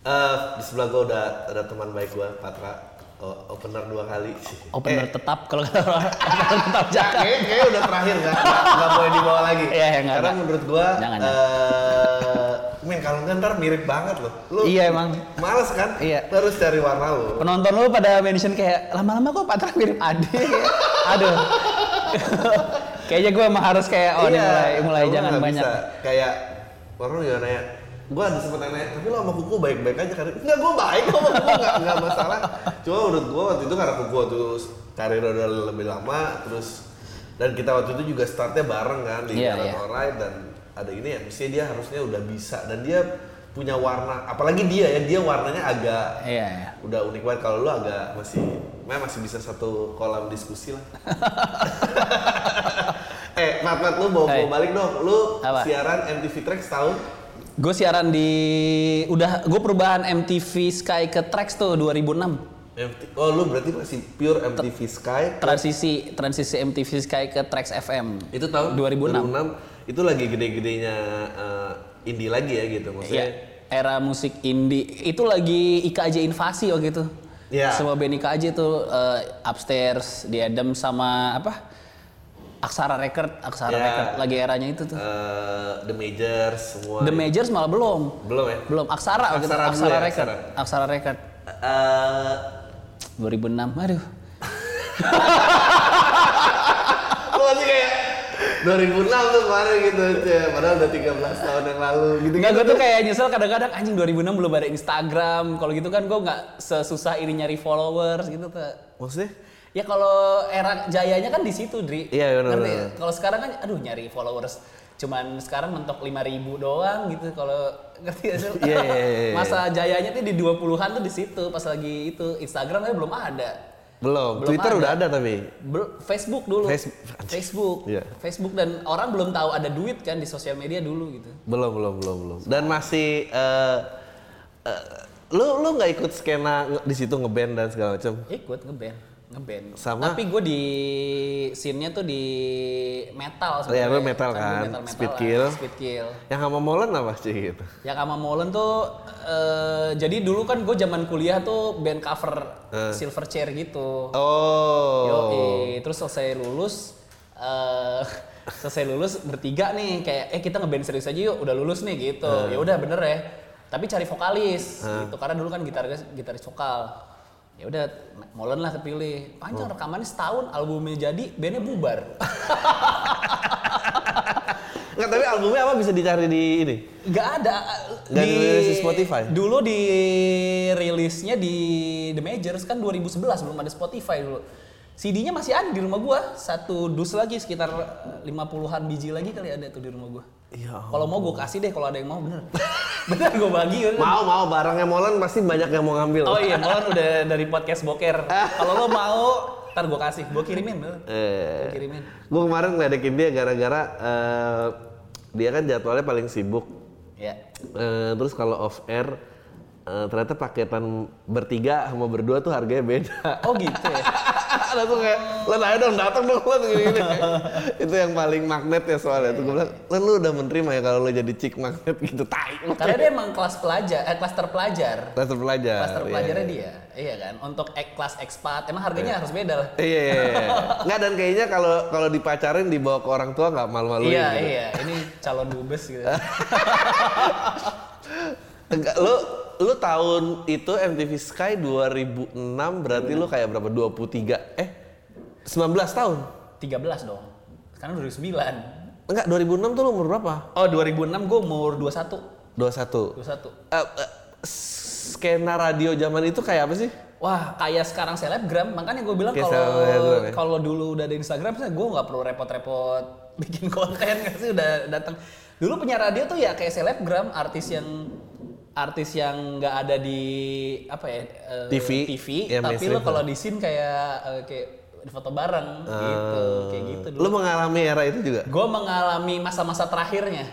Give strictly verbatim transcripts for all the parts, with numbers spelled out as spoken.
Uh, di sebelah gue udah ada teman baik gue, Patra. Oh, opener dua kali. Opener eh. tetap kalau kata orang. Opener tetap jangan. Kayaknya kayak udah terakhir nggak nggak boleh dibawa lagi. Iya, ya, Karena enggak, menurut gua, jangan, uh, men kalau nggak ntar mirip banget loh. Lu iya emang. males kan? Iya. Terus cari warna lu. Penonton lu pada mention kayak lama-lama kok Patra mirip Ade. Aduh. Kayaknya gue emang harus kayak oh iya, mulai mulai jangan banyak. Bisa. Kayak orang juga nanya. Gue ada sempet nanya, tapi lo sama Kuku baik-baik aja kan? Enggak, gue baik kok sama Kuku, nggak, nggak masalah. Cuma menurut gue waktu itu karena Kuku waktu karir udah lebih lama, terus dan kita waktu itu juga startnya bareng kan di yeah, Jalan yeah. Alright dan ada ini ya, mestinya dia harusnya udah bisa dan dia punya warna, apalagi dia ya, dia warnanya agak yeah, yeah. udah unik banget. Kalau lo agak masih, memang masih bisa satu kolam diskusi lah. eh, Mat, Mat, lu bawa hey. balik dong, lu Apa? siaran M T V Trax tahun? Gue siaran di udah gue perubahan M T V Sky ke Trax tuh dua ribu enam. M T, oh lu berarti masih pure M T V Sky. Transisi transisi M T V Sky ke Trax F M. Itu tahun dua ribu enam. dua ribu enam itu lagi gede-gedenya uh, indie lagi ya gitu maksudnya. Ya, era musik indie itu lagi I K J invasi waktu itu. Ya. Semua band I K J tuh uh, Upstairs, The Adam sama apa? Aksara Record, Aksara yeah. Record lagi eranya itu tuh. Uh, The Majors semua. The Majors malah belum. Belum ya? Belum. Aksara, Aksara, Aksara, Aksara ya, Record. Aksara, Aksara Record. Uh, dua ribu enam. Aduh. Lu masih kayak dua ribu enam tuh kemarin gitu aja. Padahal udah tiga belas tahun yang lalu gitu. Enggak, gue tuh kayak nyesel kadang-kadang anjing dua ribu enam belum ada Instagram. Kalau gitu kan gue enggak sesusah ini nyari followers gitu tuh. Maksudnya? Ya kalau era jayanya kan di situ, Dri. Iya, benar. Kalau sekarang kan aduh nyari followers cuman sekarang mentok lima ribu doang gitu. Kalau ngerti gak sih? Iya, iya, iya. Masa jayanya tuh di dua puluhan tuh di situ pas lagi itu. Instagram kan belum ada. Belum. belum Twitter ada. udah ada tapi. Bel- Facebook dulu. Facebook. Facebook. Yeah. Facebook dan orang belum tahu ada duit kan di sosial media dulu gitu. Belum, belum, belum, belum. Dan masih uh, uh, lu lu nggak ikut skena di situ ngeband dan segala macam? Ikut ngeband. ngeband. Sama. Tapi gue di scene-nya tuh di metal sebenarnya. Oh ya, lu metal kan, metal, metal Speed lah. Kill. Speed Kill. Yang sama Molen apa sih gitu? Yang sama Molen tuh, uh, jadi dulu kan gue zaman kuliah tuh band cover uh. Silverchair gitu. Oh. Yoi, terus selesai lulus, uh, selesai lulus bertiga nih kayak, eh kita ngeband serius aja yuk, udah lulus nih gitu. Uh. Ya udah bener ya. Tapi cari vokalis uh. gitu, karena dulu kan gitaris gitaris vokal. Ya udah Molen lah kepilih. Panjang oh. rekamannya setahun, albumnya jadi, bandnya bubar. Nggak, tapi albumnya apa bisa dicari di ini? Nggak ada. Nggak di, di Spotify? Dulu di rilisnya di The Majors kan dua ribu sebelas, belum ada Spotify dulu. C D-nya masih ada di rumah gua, satu dus lagi sekitar lima puluhan biji lagi kali ada tuh di rumah gua. Iya. Kalau mau gua kasih deh kalau ada yang mau, bener. Bener gua bagi. Bener. Mau mau barangnya Molen pasti banyak yang mau ngambil. Oh iya, Molen udah dari podcast Boker. Kalau lo mau, ntar gua kasih, gua kirimin bener. Eh. Gua kirimin. Gua kemarin ngeledekin dia gara-gara uh, dia kan jadwalnya paling sibuk. Iya. Uh, terus kalau off air uh, ternyata paketan bertiga sama berdua tuh harganya beda. Oh gitu ya. Langsung kayak, Len ayo dong datang dong Len gini-gini. Itu yang paling magnet ya soalnya. Itu gue bilang, Len lu udah menerima ya kalau lu jadi chick magnet gitu, tai. Karena dia emang kelas pelajar, eh kelas terpelajar. Kelas terpelajar. Kelas terpelajarnya iya. dia, iya kan. Untuk ek, kelas expat, emang harganya iya. harus beda lah. Iya, iya, iya. Nggak, dan kayaknya kalau kalau dipacarin dibawa ke orang tua nggak malu-maluin. Iya, gitu. iya. Ini calon dubes gitu. Enggak, lu lu tahun itu M T V Sky dua ribu enam berarti lu kayak berapa? dua puluh tiga eh sembilan belas tahun? tiga belas dong. Sekarang dua ribu sembilan. Enggak, dua ribu enam tuh lu umur berapa? Oh, dua ribu enam gue umur dua puluh satu. dua puluh satu. dua puluh satu. Uh, uh, skena radio zaman itu kayak apa sih? Wah, kayak sekarang selebgram. Makanya gue bilang kalau ya? kalau dulu udah ada Instagram, saya gue nggak perlu repot-repot bikin konten nggak sih, udah datang. Dulu punya radio tuh ya kayak selebgram, artis yang artis yang nggak ada di apa ya uh, T V, T V ya, tapi lo kalau di scene kayak uh, kayak di foto bareng uh, gitu, kayak gitu dulu. Lo mengalami era itu juga? Gue mengalami masa-masa terakhirnya.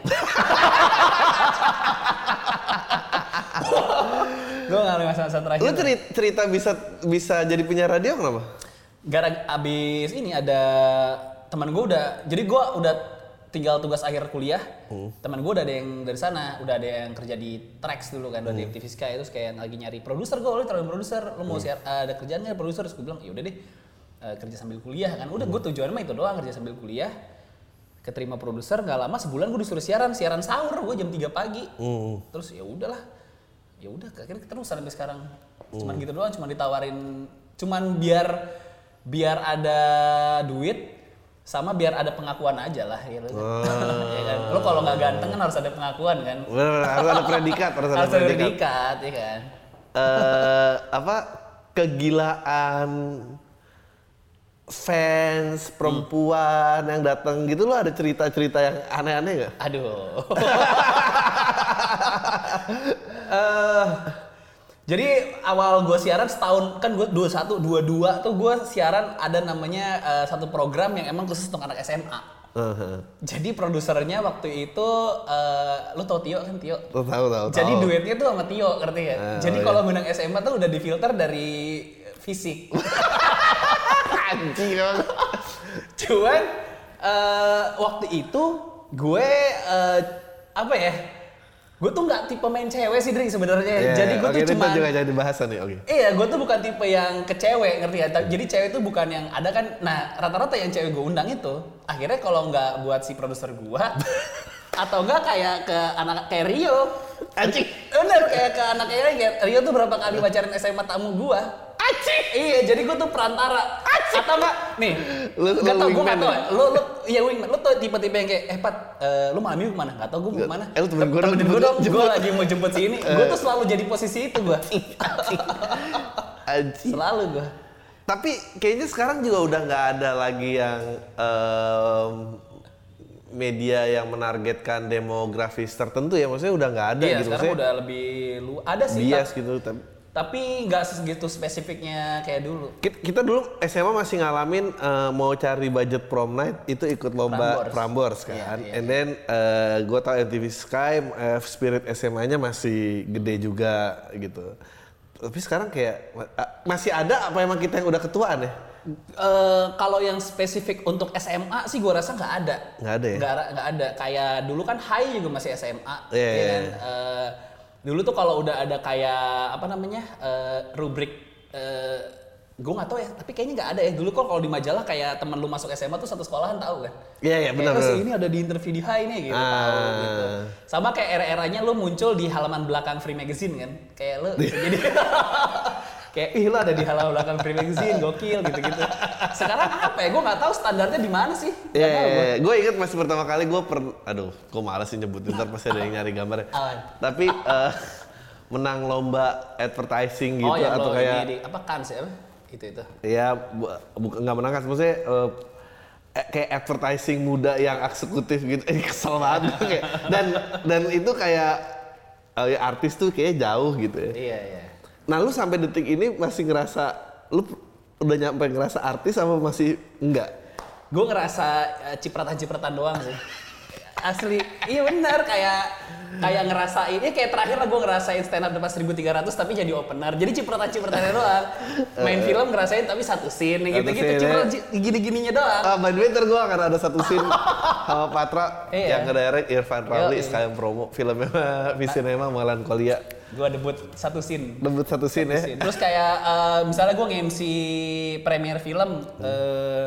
Gue mengalami masa-masa terakhir. Lo cerita, cerita bisa bisa jadi penyiar radio kenapa? Gara abis ini ada teman gue udah, jadi gue udah tinggal tugas akhir kuliah, hmm. teman gue udah ada yang dari sana, udah ada yang kerja di Trax dulu kan, udah hmm. di T V Sky, terus kayak lagi nyari produser, gue oleh terlalu produser, lo mau hmm. siar, uh, ada kerjaan nggak produser? Terus gue bilang, yaudah deh, uh, kerja sambil kuliah kan, udah hmm. gue tujuannya mah itu doang, kerja sambil kuliah, keterima produser, nggak lama sebulan gue disuruh siaran, siaran sahur gue jam tiga pagi, hmm. terus ya udahlah, ya udah, akhirnya keterusan sampai sekarang, hmm. cuman gitu doang, cuman ditawarin, cuman biar biar ada duit. Sama biar ada pengakuan aja lah gitu kan. Oh. Ya kan? Lo kalau nggak ganteng kan harus ada pengakuan kan. Bener, harus ada predikat, harus ada harus predikat. Ada predikat ya kan. Uh, apa kegilaan fans perempuan hmm. yang datang gitu lo ada cerita-cerita yang aneh-aneh nggak? Aduh. uh, Jadi awal gue siaran setahun, kan gue dua puluh satu, dua puluh dua tuh gue siaran ada namanya uh, satu program yang emang khusus untuk anak S M A. Uh-huh. Jadi produsernya waktu itu, uh, lo tau Tio kan Tio? Tahu tahu. Jadi duetnya tuh sama Tio, ngerti ya? Uh, Jadi oh, kalau iya. menang S M A tuh udah difilter dari fisik. Anjing. Cuman uh, waktu itu gue uh, apa ya? Gue tuh nggak tipe main cewek sih Dri sebenarnya. Yeah, jadi gue okay, tuh cuma juga jadi bahasan nih, oke. Okay. Iya, gue tuh bukan tipe yang ke cewek, ngerti ya? Jadi cewek tuh bukan yang ada kan. Nah, rata-rata yang cewek gue undang itu akhirnya kalau nggak buat si produser gue atau enggak kayak ke anak kayak Rio. Anjing. Bener kayak ke anak kayak Rio tuh berapa kali pacaran S M A tamu gue. Acik. Iya, jadi gue tuh perantara. Acik. Atau enggak, nih, lu gak tau, gue gak tau ya. Lu, lu, iya wingman, lu tau tipe-tipe yang kayak, eh Pat, uh, lu malam minggu kemana? Gak tau gue mau kemana. Eh lu temen gue dong, gue dong, gue lagi mau jemput si ini. Gue tuh selalu jadi posisi itu gue. Acik. Selalu gue. Tapi kayaknya sekarang juga udah gak ada lagi yang um, media yang menargetkan demografis tertentu ya. Maksudnya udah gak ada iya, gitu. Iya, sekarang udah lebih lu, ada sih. Bias gitu, tapi Tapi nggak segitu spesifiknya kayak dulu. Kita dulu S M A masih ngalamin uh, mau cari budget prom night itu ikut lomba Prambors kan. Yeah, yeah, And then uh, gue tau M T V Sky, uh, Spirit S M A-nya masih gede juga gitu. Tapi sekarang kayak uh, masih ada apa emang kita yang udah ketuaan ya? Uh, kalau yang spesifik untuk S M A sih gue rasa nggak ada. Nggak ada ya? Nggak, nggak ada. Kayak dulu kan Hai juga masih S M A. Yeah, ya yeah. kan? Uh, Dulu tuh kalau udah ada kayak apa namanya uh, rubrik, uh, gue nggak tahu ya, tapi kayaknya nggak ada ya. Dulu kok kalau di majalah kayak teman lu masuk S M A tuh satu sekolahan tahu kan? Iya yeah, iya yeah, benar. Terus ini ada di interview di Hai nih gitu, ah. tahu gitu. Sama kayak era-eranya lu muncul di halaman belakang Free Magazine kan? Kayak lu jadi kayak ih lu ada di halaman belakang Free Magazine, gokil gitu-gitu. Sekarang apa ya? Gue nggak tahu standarnya di mana sih. Iya, yeah, yeah, gue inget masih pertama kali gue per, aduh, gue males sih nyebutin, ntar pasti ada yang nyari gambarnya. Tapi uh, menang lomba advertising gitu oh, ya, atau kayak di, di, apa Kans ya? Itu itu. Iya, bukan nggak menang kan, maksudnya uh, kayak advertising muda yang eksekutif gitu. Eh kesel banget kayak. Dan dan itu kayak uh, ya, artis tuh kayak jauh gitu ya. Iya iya. Nah lu sampai detik ini masih ngerasa lu udah nyampe ngerasa artis sama masih enggak? Gue ngerasa uh, cipratan-cipratan doang sih. Asli, iya benar kayak kayak ngerasain, ini kayak terakhir lah gue ngerasain stand up depan seribu tiga ratus tapi jadi opener, jadi cipratan-cipratannya doang. Main uh, film ngerasain tapi satu scene gitu-gitu, cipratan gini-gininya doang. Ah, by the way ntar gue akan ada satu scene sama Patra iya. yang nge-direct Irfan Ramli sekalian promo filmnya Visinema Melankolia. Gue debut satu scene. Debut satu scene satu ya. Scene. Terus kayak uh, misalnya gue nge-M C premier film hmm. uh,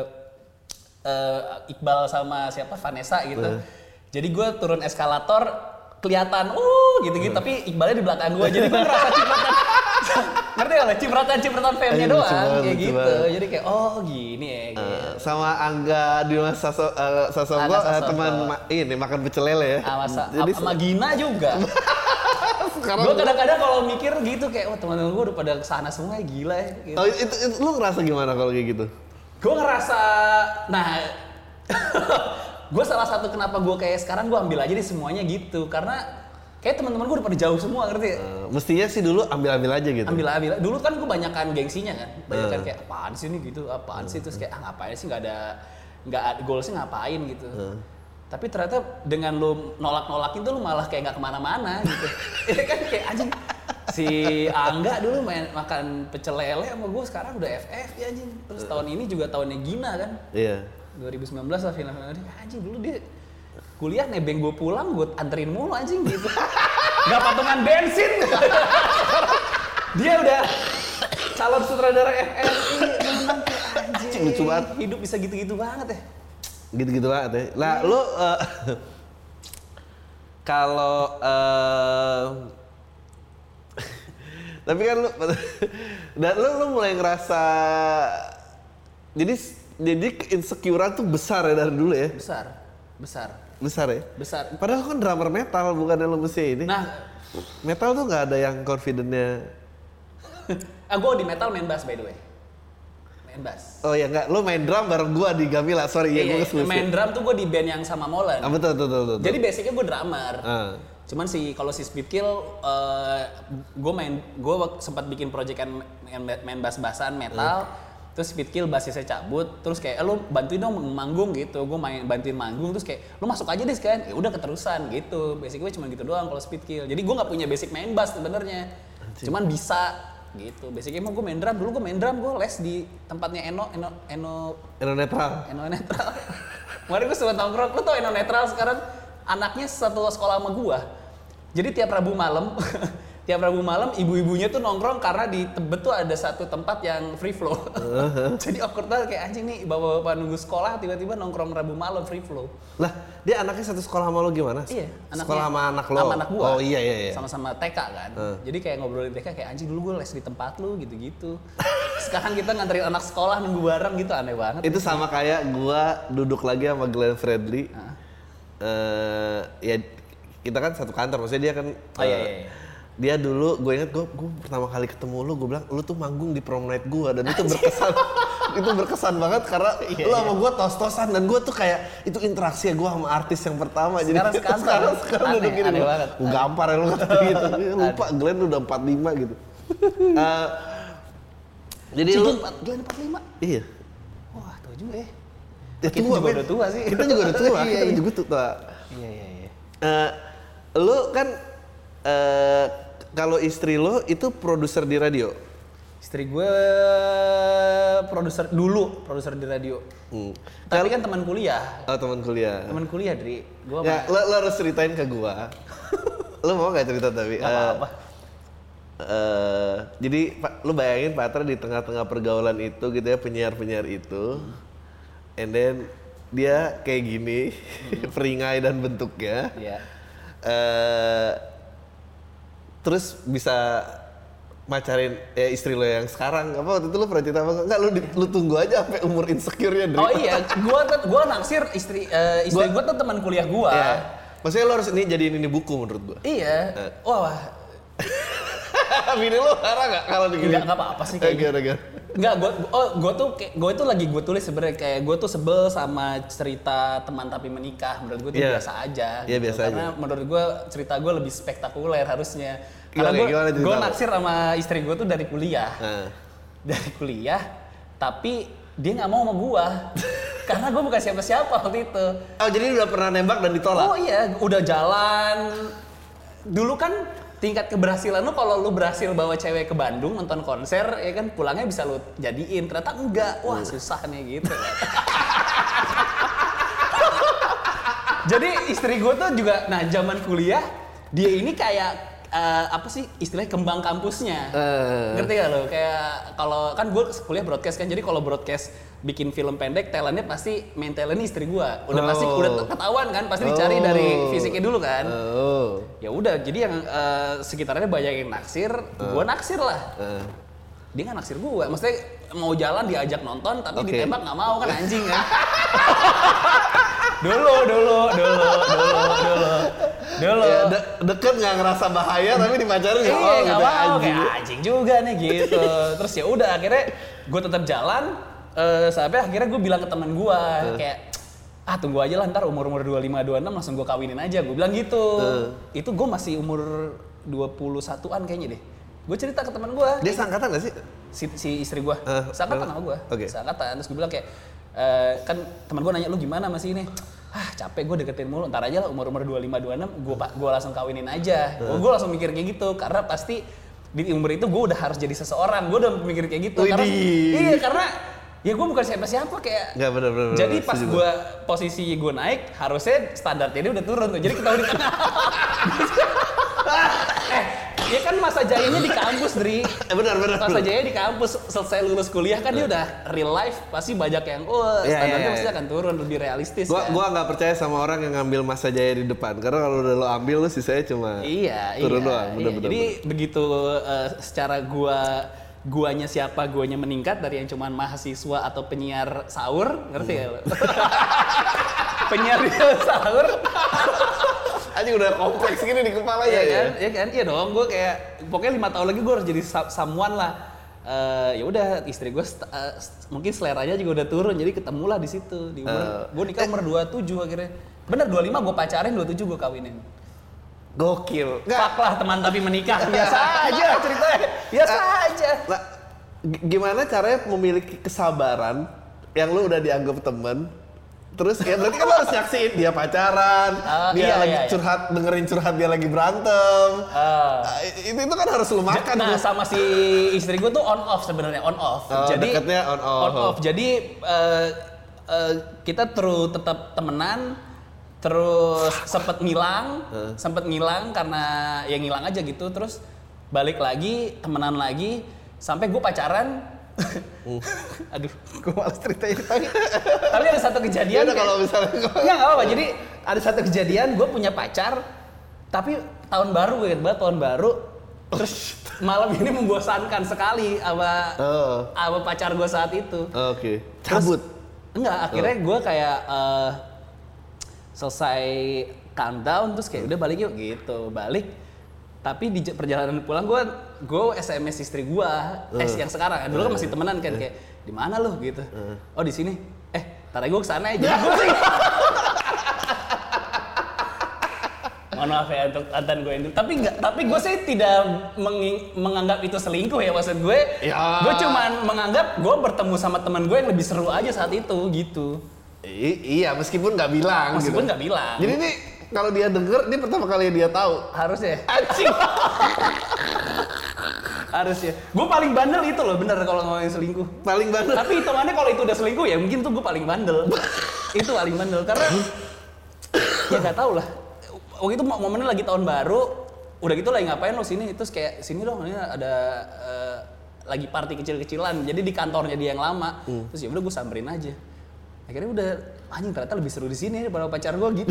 uh, Iqbal sama siapa Vanessa gitu. Hmm. Jadi gue turun eskalator kelihatan, uh gitu-gitu, hmm. tapi Iqbalnya di belakang gue, jadi gue ngerasa cipratan, ngerti gak lo? Cipratan-cipratan fame-nya doang, cuman, kayak gitu. Cuman. Jadi kayak, oh gini ya. Gitu. Uh, sama Angga Dimas Saso, uh, Sasongko, uh, teman ma- ini makan pecel lele ya. Ah, masa, jadi sama Gina juga. Gue kadang-kadang kalau mikir gitu kayak, wah teman-teman gue udah pada kesana semua ya, gila ya. Gitu. Oh, itu, itu, lu ngerasa gimana kalau kayak gitu? Gue ngerasa, nah... gue salah satu kenapa gue kayak sekarang gue ambil aja di semuanya gitu karena kayak teman-teman gue udah pada jauh semua ngerti uh, mestinya sih dulu ambil-ambil aja gitu ambil-ambil dulu kan gue banyakan gengsinya kan banyakan uh. kayak apaan sih ini gitu apaan uh. sih terus kayak ah ngapain sih nggak ada nggak goalsnya ngapain gitu uh. tapi ternyata dengan lu nolak-nolakin tuh lu malah kayak nggak kemana-mana gitu ya kan kayak anjing si Angga dulu main makan pecel lele sama gue sekarang udah F F ya anjing terus tahun ini juga tahunnya Gina kan iya yeah. dua ribu sembilan belas lah film-film dia anjing dulu dia kuliah nebeng gue pulang, gue anterin mulu anjing gitu. Gak patungan bensin. Dia udah calon sutradara F M I, menang kayak anjing. Lucu banget. Hidup bisa gitu-gitu banget ya. Gitu-gitu banget ya. Lah lu uh, kalau uh, tapi kan lu dan lu, lu mulai ngerasa jadi jadi insecurean tuh besar ya dari dulu ya? Besar. Besar. Besar ya? Besar. Padahal kan drummer metal bukan yang lu mesti ini. Nah, metal tuh nggak ada yang confidentnya. ah gue di metal main bass by the way. Main bass. Oh ya nggak, lu main drum bareng gua di Gamila, sorry ya gue Iya, main drum tuh gue di band yang sama Molen. Ah, betul, betul, betul, betul. Jadi basicnya gue drummer. Ah. Cuman si kalau si Speedkill, uh, gue main, gue sempat bikin proyekan main bass-bassan metal. Hmm. Terus Speedkill bassnya cabut, terus kayak eh, lu bantuin dong manggung gitu. Gue main bantuin manggung, terus kayak lu masuk aja deh sekalian. Ya udah keterusan gitu. Basicnya cuma gitu doang kalau Speedkill. Jadi gue nggak punya basic main bass sebenarnya. Cuman bisa gitu. Basicnya mau gue main drum, dulu gue main drum, gue les di tempatnya Eno, Eno, Eno, Eno Netral. Eno Netral. Kemarin gue sempat nongkrong, lu tau Eno Netral sekarang anaknya satu sekolah sama gue. Jadi tiap Rabu malam, tiap Rabu malam ibu-ibunya tuh nongkrong karena di Tebet tuh ada satu tempat yang free flow. Uh-huh. Jadi awkward banget kayak anjing nih bapak-bapak nunggu sekolah tiba-tiba nongkrong Rabu malam free flow. Lah, dia anaknya satu sekolah sama lo gimana? Iya, sekolah sama anak lo. Sama anak gua. Oh iya iya iya. Sama-sama T K kan. Uh. Jadi kayak ngobrolin T K kayak anjing dulu gue les di tempat lu gitu-gitu. Sekarang kita nganterin anak sekolah nunggu bareng gitu aneh banget. Itu sama kayak gua duduk lagi sama Glenn Fredly. Uh. Uh, ya kita kan satu kantor, maksudnya dia kan oh, uh, iya, iya, iya. Dia dulu, gue inget gue, gue pertama kali ketemu lu, gue bilang lu tuh manggung di prom night gue dan itu berkesan, itu berkesan banget karena iya, lu sama iya. gue tos-tosan dan gue tuh kayak itu interaksi ya gue sama artis yang pertama. Sekarang jadi sekarang, sekarang, sekarang aneh, udah gini aneh lu, banget. Gue gampar ya lu kata gitu, lupa Glenn udah empat puluh lima gitu. uh, jadi Cik, lu, Glenn empat puluh lima? Iya. Wah tua juga ya. Ya, kita tua, juga udah tua sih. Kita juga udah tua, iya, kita iya. juga tua. Iya iya iya. Uh, lu kan uh, kalau istri lo itu produser di radio? Istri gue produser dulu, produser di radio. Hmm. Tapi kan teman kuliah. Oh teman kuliah. Teman kuliah, Dri. Gua ya, lo, lo harus ceritain ke gua. Lo mau gak cerita tapi? Gak apa-apa. Uh, jadi lo bayangin Patra di tengah-tengah pergaulan itu gitu ya, penyiar-penyiar itu. Hmm. And then dia kayak gini, hmm. peringai dan bentuknya. Iya. Uh, terus bisa macarin ya istri lo yang sekarang apa waktu itu lo pernah cerita apa enggak lo, lo tunggu aja sampai umur insecure-nya dari oh iya gua gua naksir istri uh, istri gua, gua tuh teman kuliah gua ya. Maksudnya lo harus ini jadiin ini buku menurut gua iya nah. wah, wah. Bini lo marah nggak kalau begini? Nggak, nggak apa-apa sih kayak gitu. Nggak, gue, oh, gue tuh, gue tuh lagi gue tulis sebenarnya kayak gue tuh sebel sama cerita teman tapi menikah. Menurut gue tuh yeah. biasa aja. Iya yeah, gitu. biasa Karena aja. menurut gue cerita gue lebih spektakuler harusnya. Karena gimana, gue, gue naksir sama istri gue tuh dari kuliah, uh. dari kuliah. Tapi dia nggak mau sama gue. Karena gue bukan siapa-siapa waktu itu. Oh jadi udah pernah nembak dan ditolak? Oh iya, udah jalan. Dulu kan tingkat keberhasilan lu kalau lu berhasil bawa cewek ke Bandung nonton konser ya kan pulangnya bisa lu jadiin, ternyata enggak, wah susah nih gitu. Jadi istri gue tuh juga, nah zaman kuliah dia ini kayak uh, apa sih istilahnya kembang kampusnya, uh. ngerti gak lo? Kayak kalau kan gue kuliah broadcast kan, jadi kalau broadcast bikin film pendek, talentnya pasti main talent istri gua. Udah oh. pasti udah ketahuan kan, pasti dicari oh. dari fisiknya dulu kan. Oh. Ya udah, jadi yang uh, sekitarnya banyak yang naksir, uh. gua naksir lah. Uh. Dia nggak naksir gua, maksudnya mau jalan diajak nonton, tapi okay. ditembak nggak mau kan anjing kan. dulu, dulu, dulu, dulu, dulu. Dulu. Ya, de- deket nggak ngerasa bahaya, tapi dipacarin nggak mau. Iya, nggak mau, kayak anjing juga nih gitu. Terus ya udah, akhirnya gua tetap jalan. Uh, sampai akhirnya gue bilang ke teman gue uh. kayak ah tunggu aja lah ntar umur-umur dua puluh lima dua puluh enam langsung gue kawinin aja, gue bilang gitu. Uh. Itu gue masih umur dua puluh satuan kayaknya deh. Gue cerita ke teman gue. Dia seangkatan gak sih? Si, si istri gue, uh, seangkatan sama gue. Okay. Seangkatan, terus gue bilang kayak uh, kan teman gue nanya lu gimana masih ini? Ah capek gue deketin mulu, ntar aja lah umur-umur dua puluh lima dua puluh enam gue gue langsung kawinin aja. Uh. Gue langsung mikir kayak gitu karena pasti di umur itu gue udah harus jadi seseorang. Gue udah mikir kayak gitu. Widih. Karena iya karena ya gue bukan siapa-siapa kayak. Nggak bener bener. Jadi bener, pas gue posisi gue naik, harusnya standarnya dia udah turun tuh. Jadi ketahui di tengah. eh, ya kan masa jayanya di kampus, Dri. Eh, benar benar. Masa jaya di kampus, selesai lulus kuliah kan dia udah real life, pasti banyak yang, oh Iya, standarnya iya, pasti iya. akan turun, lebih realistis. Gua kan? gua nggak percaya sama orang yang ngambil masa jaya di depan, karena kalau udah lo ambil lo sisanya cuma Iya, turun iya, doang. Bener, iya. bener, Jadi bener. begitu uh, secara gua guanya siapa, guanya meningkat dari yang cuman mahasiswa atau penyiar sahur, ngerti ya lo? Penyiar sahur. Aja udah kompleks gini di kepala Iya ya. kan? Iya kan? Iya dong, gue kayak pokoknya lima tahun lagi gue harus jadi someone lah. Uh, ya udah istri gue st- uh, st- mungkin seleranya juga udah turun, jadi ketemulah di situ di umur. Uh, gue nikah umur dua puluh tujuh akhirnya. Bener dua puluh lima gue pacarin, dua puluh tujuh gue kawinin. Gokil. Fuck lah teman tapi menikah. Biasa aja ceritanya. Biasa aja. Nah, g- gimana caranya memiliki kesabaran yang lu udah dianggap temen? Terus ya berarti kan lo harus nyaksiin dia pacaran, Uh, dia iya, lagi iya, iya. curhat, dengerin curhat dia lagi berantem. Uh. Uh, itu itu kan harus lu makan. Nah tuh. sama si istri gue tuh on off sebenarnya on off. Oh, Jadi deketnya on off. On off. Jadi uh, uh, kita terus tetap temenan, terus sempet ngilang, Uh. sempet ngilang karena ya ngilang aja gitu. Terus balik lagi, temenan lagi, sampai gue pacaran. Uh. Aduh, gue males ceritain tapi, tapi ada satu Ya kejadian. udah kalau misalnya gua- Enggak, enggak apa-apa. Jadi ada satu kejadian, gue punya pacar, tapi tahun baru, gue ingat banget tahun baru. Terus malam ini membosankan sekali sama, Oh. sama pacar gue saat itu. Oke. Terus- Cabut. Enggak, akhirnya gue kayak eh, selesai countdown, terus kayak udah balik yuk gitu. Balik, tapi di j- perjalanan pulang gue gue S M S istri gue, eh yang sekarang, dulu kan masih temenan kan, kayak di mana lu gitu. Oh di sini. Eh, tar gue kesana ya. Jadi gue sih. Mohon maaf ya untuk mantan gue itu. Tapi enggak, tapi gue sih tidak mengi- menganggap itu selingkuh ya, maksud gue. Ya. Gue cuman menganggap gue bertemu sama teman gue yang lebih seru aja saat itu gitu. I- iya, meskipun nggak bilang. Meskipun gitu. nggak bilang. Jadi ini kalau dia denger, ini pertama kali dia tahu. Harusnya. Anjing. Harusnya. Gue paling bandel itu loh, bener kalau ngomongin selingkuh. Paling bandel. Tapi hitungannya kalau itu udah selingkuh ya mungkin tuh gue paling bandel. Itu paling bandel karena ya nggak tahu lah. Waktu itu momennya lagi tahun baru, udah gitu lagi ngapain lo sini, terus kayak sini dong ini ada eh, lagi party kecil-kecilan, jadi di kantornya dia yang lama, Hmm. terus ya udah gue samperin aja. Akhirnya udah anjing ternyata lebih seru di sini daripada pacar gue gitu.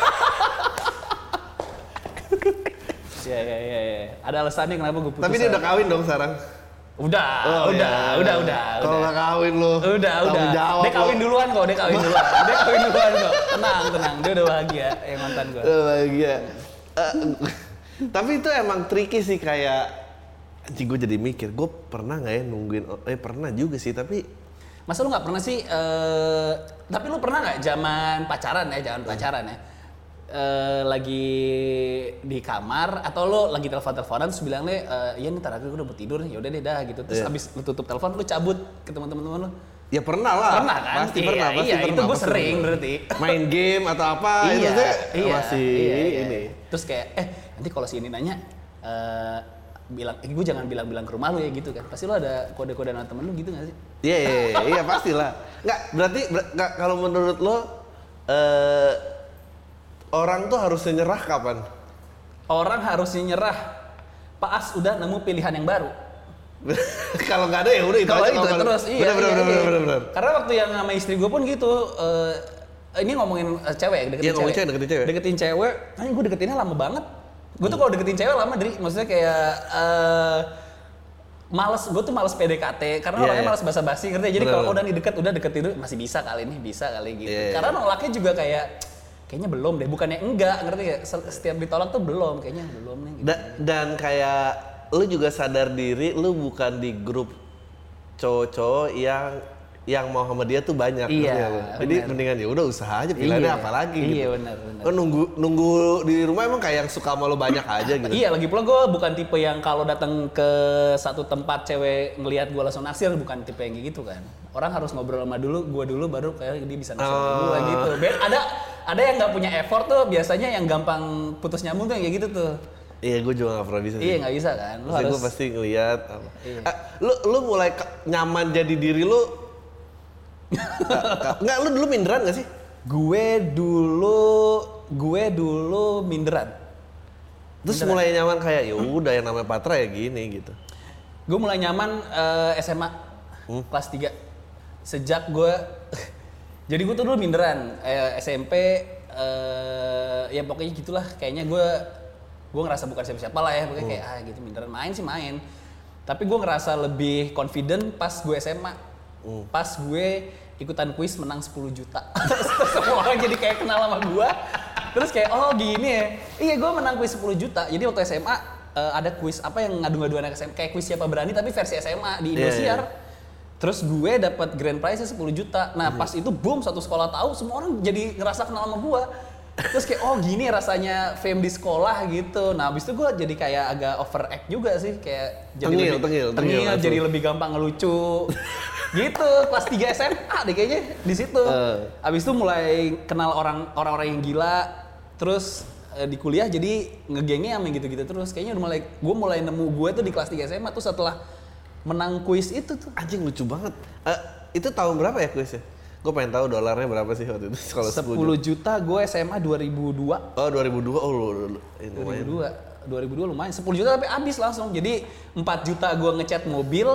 Ya ya ya ya. Ada alasannya kenapa gue putus. Tapi dia udah kawin dong sekarang. Udah, Oh, udah, iya. udah, udah, Kalau udah. nggak kawin lu. Udah, tanggung udah. jawab Dia kawin lu. duluan kok, dia kawin duluan. Dia kawin duluan kok. Tenang, tenang. Dia udah bahagia, yang mantan gue. Eh, bahagia. Eh, tapi itu emang tricky sih, kayak anjing, gue jadi mikir, gue pernah nggak ya nungguin, eh pernah juga sih, tapi Masa lu nggak pernah sih, eh, tapi lu pernah nggak zaman pacaran ya, zaman pacaran ya, eh, lagi di kamar atau lu lagi telepon-teleponan terus bilang nih, eh, iya nih ntar aku udah mau tidur nih, yaudah deh dah gitu. Terus Iya. abis lu tutup telepon, lu cabut ke teman-teman lu. ya pernah lah. Pernah kan? Pasti Iya, pernah, pasti iya, pernah. itu gue pasti sering pernah. berarti. Main game atau apa, itu iya, tuh iya, masih iya, iya. ini. Terus kayak, eh nanti kalau si ini nanya, eh, bilang, eh, gue jangan bilang-bilang ke rumah lu ya gitu kan. Pasti lu ada kode-kode sama temen lu gitu gak sih? Iya, iya, iya, iya pastilah. Nggak, berarti ber- nggak, kalau menurut lo, eh, orang tuh harusnya nyerah kapan? Orang harusnya nyerah pas udah nemu pilihan yang baru. Kalau nggak ada ya udah itu Kalau aja. itu kalau- terus, iya, bener, bener, iya, bener, iya. bener, bener. Karena waktu yang sama istri gue pun gitu, eh, ini ngomongin eh, cewek, deketin Iya, cewek. ngomongin cewek, deketin cewek. Deketin cewek, nah gue deketinnya lama banget. Gue tuh kalau deketin cewek lama, Dri. Maksudnya kayak, eh, males, gue tuh males P D K T, karena Iya, orangnya iya. males basa-basi, ngerti ya? Jadi Bener, kalau bener. udah nih deket, udah deketin dulu, masih bisa kali ini, bisa kali gitu. Iya, iya. Karena nolaknya juga kayak, kayaknya belum deh, bukannya enggak, ngerti ya? Setiap ditolak tuh belum, kayaknya belum nih. Gitu. Da- dan kayak lu juga sadar diri, lu bukan di grup cowok-cowok yang yang mau sama dia tuh banyak. Iya, ngerti nggak lu? Jadi bener. mendingan ya udah usaha aja, pilihannya Iya, apa lagi iya, gitu. benar, benar. Lu nunggu nunggu di rumah emang kayak yang suka sama lu banyak aja gitu. Iya, lagi pula gue bukan tipe yang kalau datang ke satu tempat cewek ngelihat gue langsung naksir, bukan tipe yang kayak gitu kan. Orang harus ngobrol sama dulu, gue dulu baru kayak dia bisa naksir sama Oh. gue gitu. Ben, ada ada yang nggak punya effort tuh biasanya yang gampang putus nyambung tuh yang kayak gitu tuh. Iya, gue juga gak pernah bisa sih. Iya nggak bisa kan, lu Pasti harus. gue pasti ngeliat apa. Iya. Ah, lu lu mulai ke- nyaman jadi diri lu Enggak, lu dulu minderan gak sih? Gue dulu, gue dulu minderan. Terus minderan. Mulai nyaman kayak ya udah yang namanya Patra ya gini gitu. Gue mulai nyaman uh, S M A hmm? kelas tiga. Sejak gue, jadi gue tuh dulu minderan. Eh, S M P, uh, ya pokoknya gitulah. Kayaknya gue, gue ngerasa bukan siapa-siapa lah ya. Pokoknya hmm. kayak ah gitu minderan, main sih main. Tapi gue ngerasa lebih confident pas gue S M A. Hmm. Pas gue ikutan kuis menang sepuluh juta. Semua orang jadi kayak kenal sama gue. Terus kayak oh gini ya. Iya gue menang kuis sepuluh juta. Jadi waktu S M A uh, ada kuis apa yang ngadu-ngadu anak S M A. Kayak kuis siapa berani tapi versi S M A di Indosiar. Yeah, yeah. Terus gue dapat grand prize-nya sepuluh juta. Nah pas itu boom satu sekolah tahu semua orang jadi ngerasa kenal sama gue. Terus kayak oh gini rasanya fame di sekolah gitu. Nah abis itu gue jadi kayak agak overact juga sih. Kayak jadi tengil, lebih tengil, tengil, tengil, jadi lebih gampang ngelucu. Gitu kelas tiga S M A deh kayaknya di situ. Uh. Abis itu mulai kenal orang orang-orang yang gila. Terus uh, di kuliah jadi ngegengnya sama gitu-gitu terus. Kayaknya udah mulai gue mulai nemu gue tuh di kelas tiga S M A tuh setelah menang kuis itu tuh. Anjing lucu banget. Uh, itu tahun berapa ya kuisnya? Gue pengen tahu dolarnya berapa sih waktu itu kalau sepuluh juta gue S M A dua ribu dua. Oh dua ribu dua. Oh lu, lu, lu. dua ribu dua. dua ribu dua lumayan. sepuluh juta tapi habis langsung. Jadi empat juta gue ngecat mobil.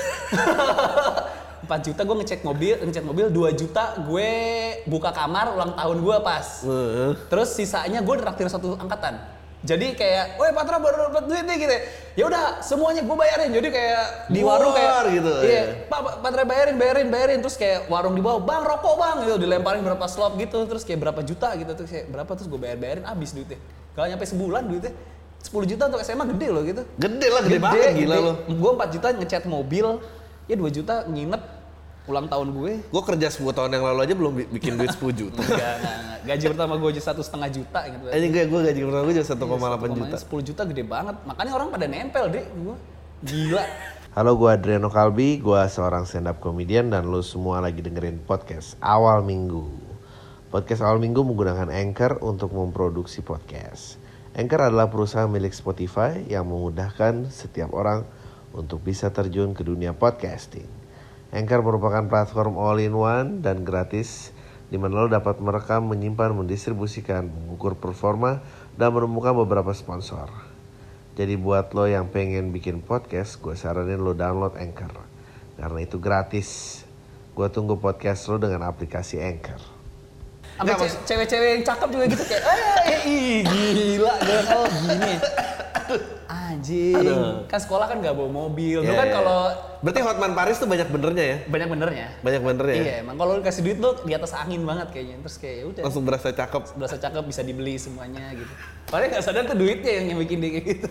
empat juta gue ngecat mobil, ngecat mobil dua juta gue buka kamar ulang tahun gue pas. Uh. Terus sisanya gue traktir satu angkatan. Jadi kayak, "Woi Patra baru dapat duit nih" gitu. Ya udah, semuanya gue bayarin. Jadi kayak di warung kayak gitu. Iya, Pak Patra bayarin, bayarin, bayarin. Terus kayak warung di bawah, "Bang, rokok, Bang." Gitu dilemparin berapa slop gitu. Terus kayak berapa juta gitu. Terus kayak berapa terus gue bayar-bayarin habis duitnya. Gak nyampe sebulan duitnya. sepuluh juta untuk S M A gede loh gitu. Gede lah, gede, gede banget gila gede. Loh. Gue empat juta ngecat mobil. Ya dua juta nginep ulang tahun gue. Gue kerja sepuluh tahun yang lalu aja belum bikin duit sepuluh juta. Enggak, enggak, enggak. Gaji pertama gue aja satu setengah juta gitu. Ini gue gue gaji pertama gue jadi satu koma delapan juta. sepuluh juta gede banget. Makanya orang pada nempel deh gue. Gila. Halo, gue Adriano Kalbi. Gue seorang stand up comedian dan lo semua lagi dengerin podcast Awal Minggu. Podcast Awal Minggu menggunakan Anchor untuk memproduksi podcast. Anchor adalah perusahaan milik Spotify yang memudahkan setiap orang untuk bisa terjun ke dunia podcasting. Anchor merupakan platform all-in-one dan gratis di mana lo dapat merekam, menyimpan, mendistribusikan, mengukur performa, dan menemukan beberapa sponsor. Jadi buat lo yang pengen bikin podcast, gue saranin lo download Anchor. Karena itu gratis. Gue tunggu podcast lo dengan aplikasi Anchor. Sampai ce- cewek-cewek yang cakep juga gitu kayak, eh, ih gila, gue oh gini. Anjing, aduh. Kan sekolah kan gak bawa mobil. Lu yeah, kan yeah. Kalau berarti Hotman Paris tuh banyak benernya ya? Banyak benernya. Banyak benernya. Iya, emang kalau lu kasih duit lu di atas angin banget kayaknya. Terus kayak udah. Langsung berasa cakep. Berasa cakep bisa dibeli semuanya gitu. Padahal enggak sadar tuh duitnya yang, yang bikin dia kayak gitu.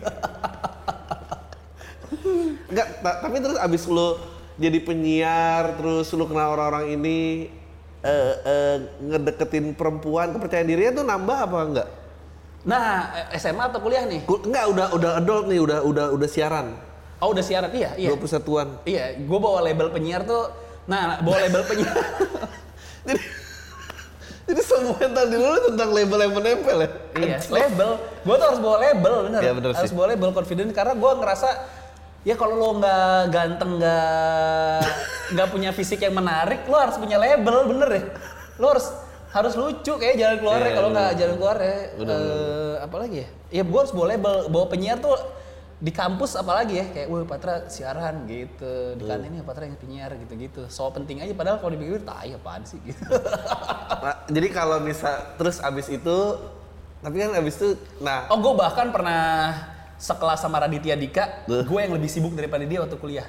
Enggak, ta- tapi terus abis lu jadi penyiar, terus lu kenal orang-orang ini uh, uh, ngedeketin perempuan, kepercayaan dirinya tuh nambah apa enggak? Nah, S M A atau kuliah nih? Enggak, udah udah adult nih, udah udah udah siaran. Oh, udah siaran. Iya, iya. dua puluh satuan. Iya, gue bawa label penyiar tuh. Nah, bawa label penyiar. jadi jadi semua yang tadi dulu tentang label yang menempel ya? Iya, label. Gue tuh harus bawa label, bener. Iya, bener harus sih. bawa label confident karena gue ngerasa ya kalau lo nggak ganteng, nggak nggak punya fisik yang menarik, lo harus punya label, bener ya. Lo harus harus lucu kayak jalan keluarnya, yeah, kalau nggak jalan keluarnya uh, apalagi ya ya gue harus bawa label, bawa penyiar tuh di kampus apalagi ya kayak wah Patra siaran gitu di uh. kantin ini Patra yang penyiar gitu-gitu so penting aja padahal kalau dipikir tai apaan sih gitu. Nah, jadi kalau misal terus abis itu tapi kan abis itu nah oh gue bahkan pernah sekelas sama Raditya Dika uh. gue yang lebih sibuk daripada dia waktu kuliah.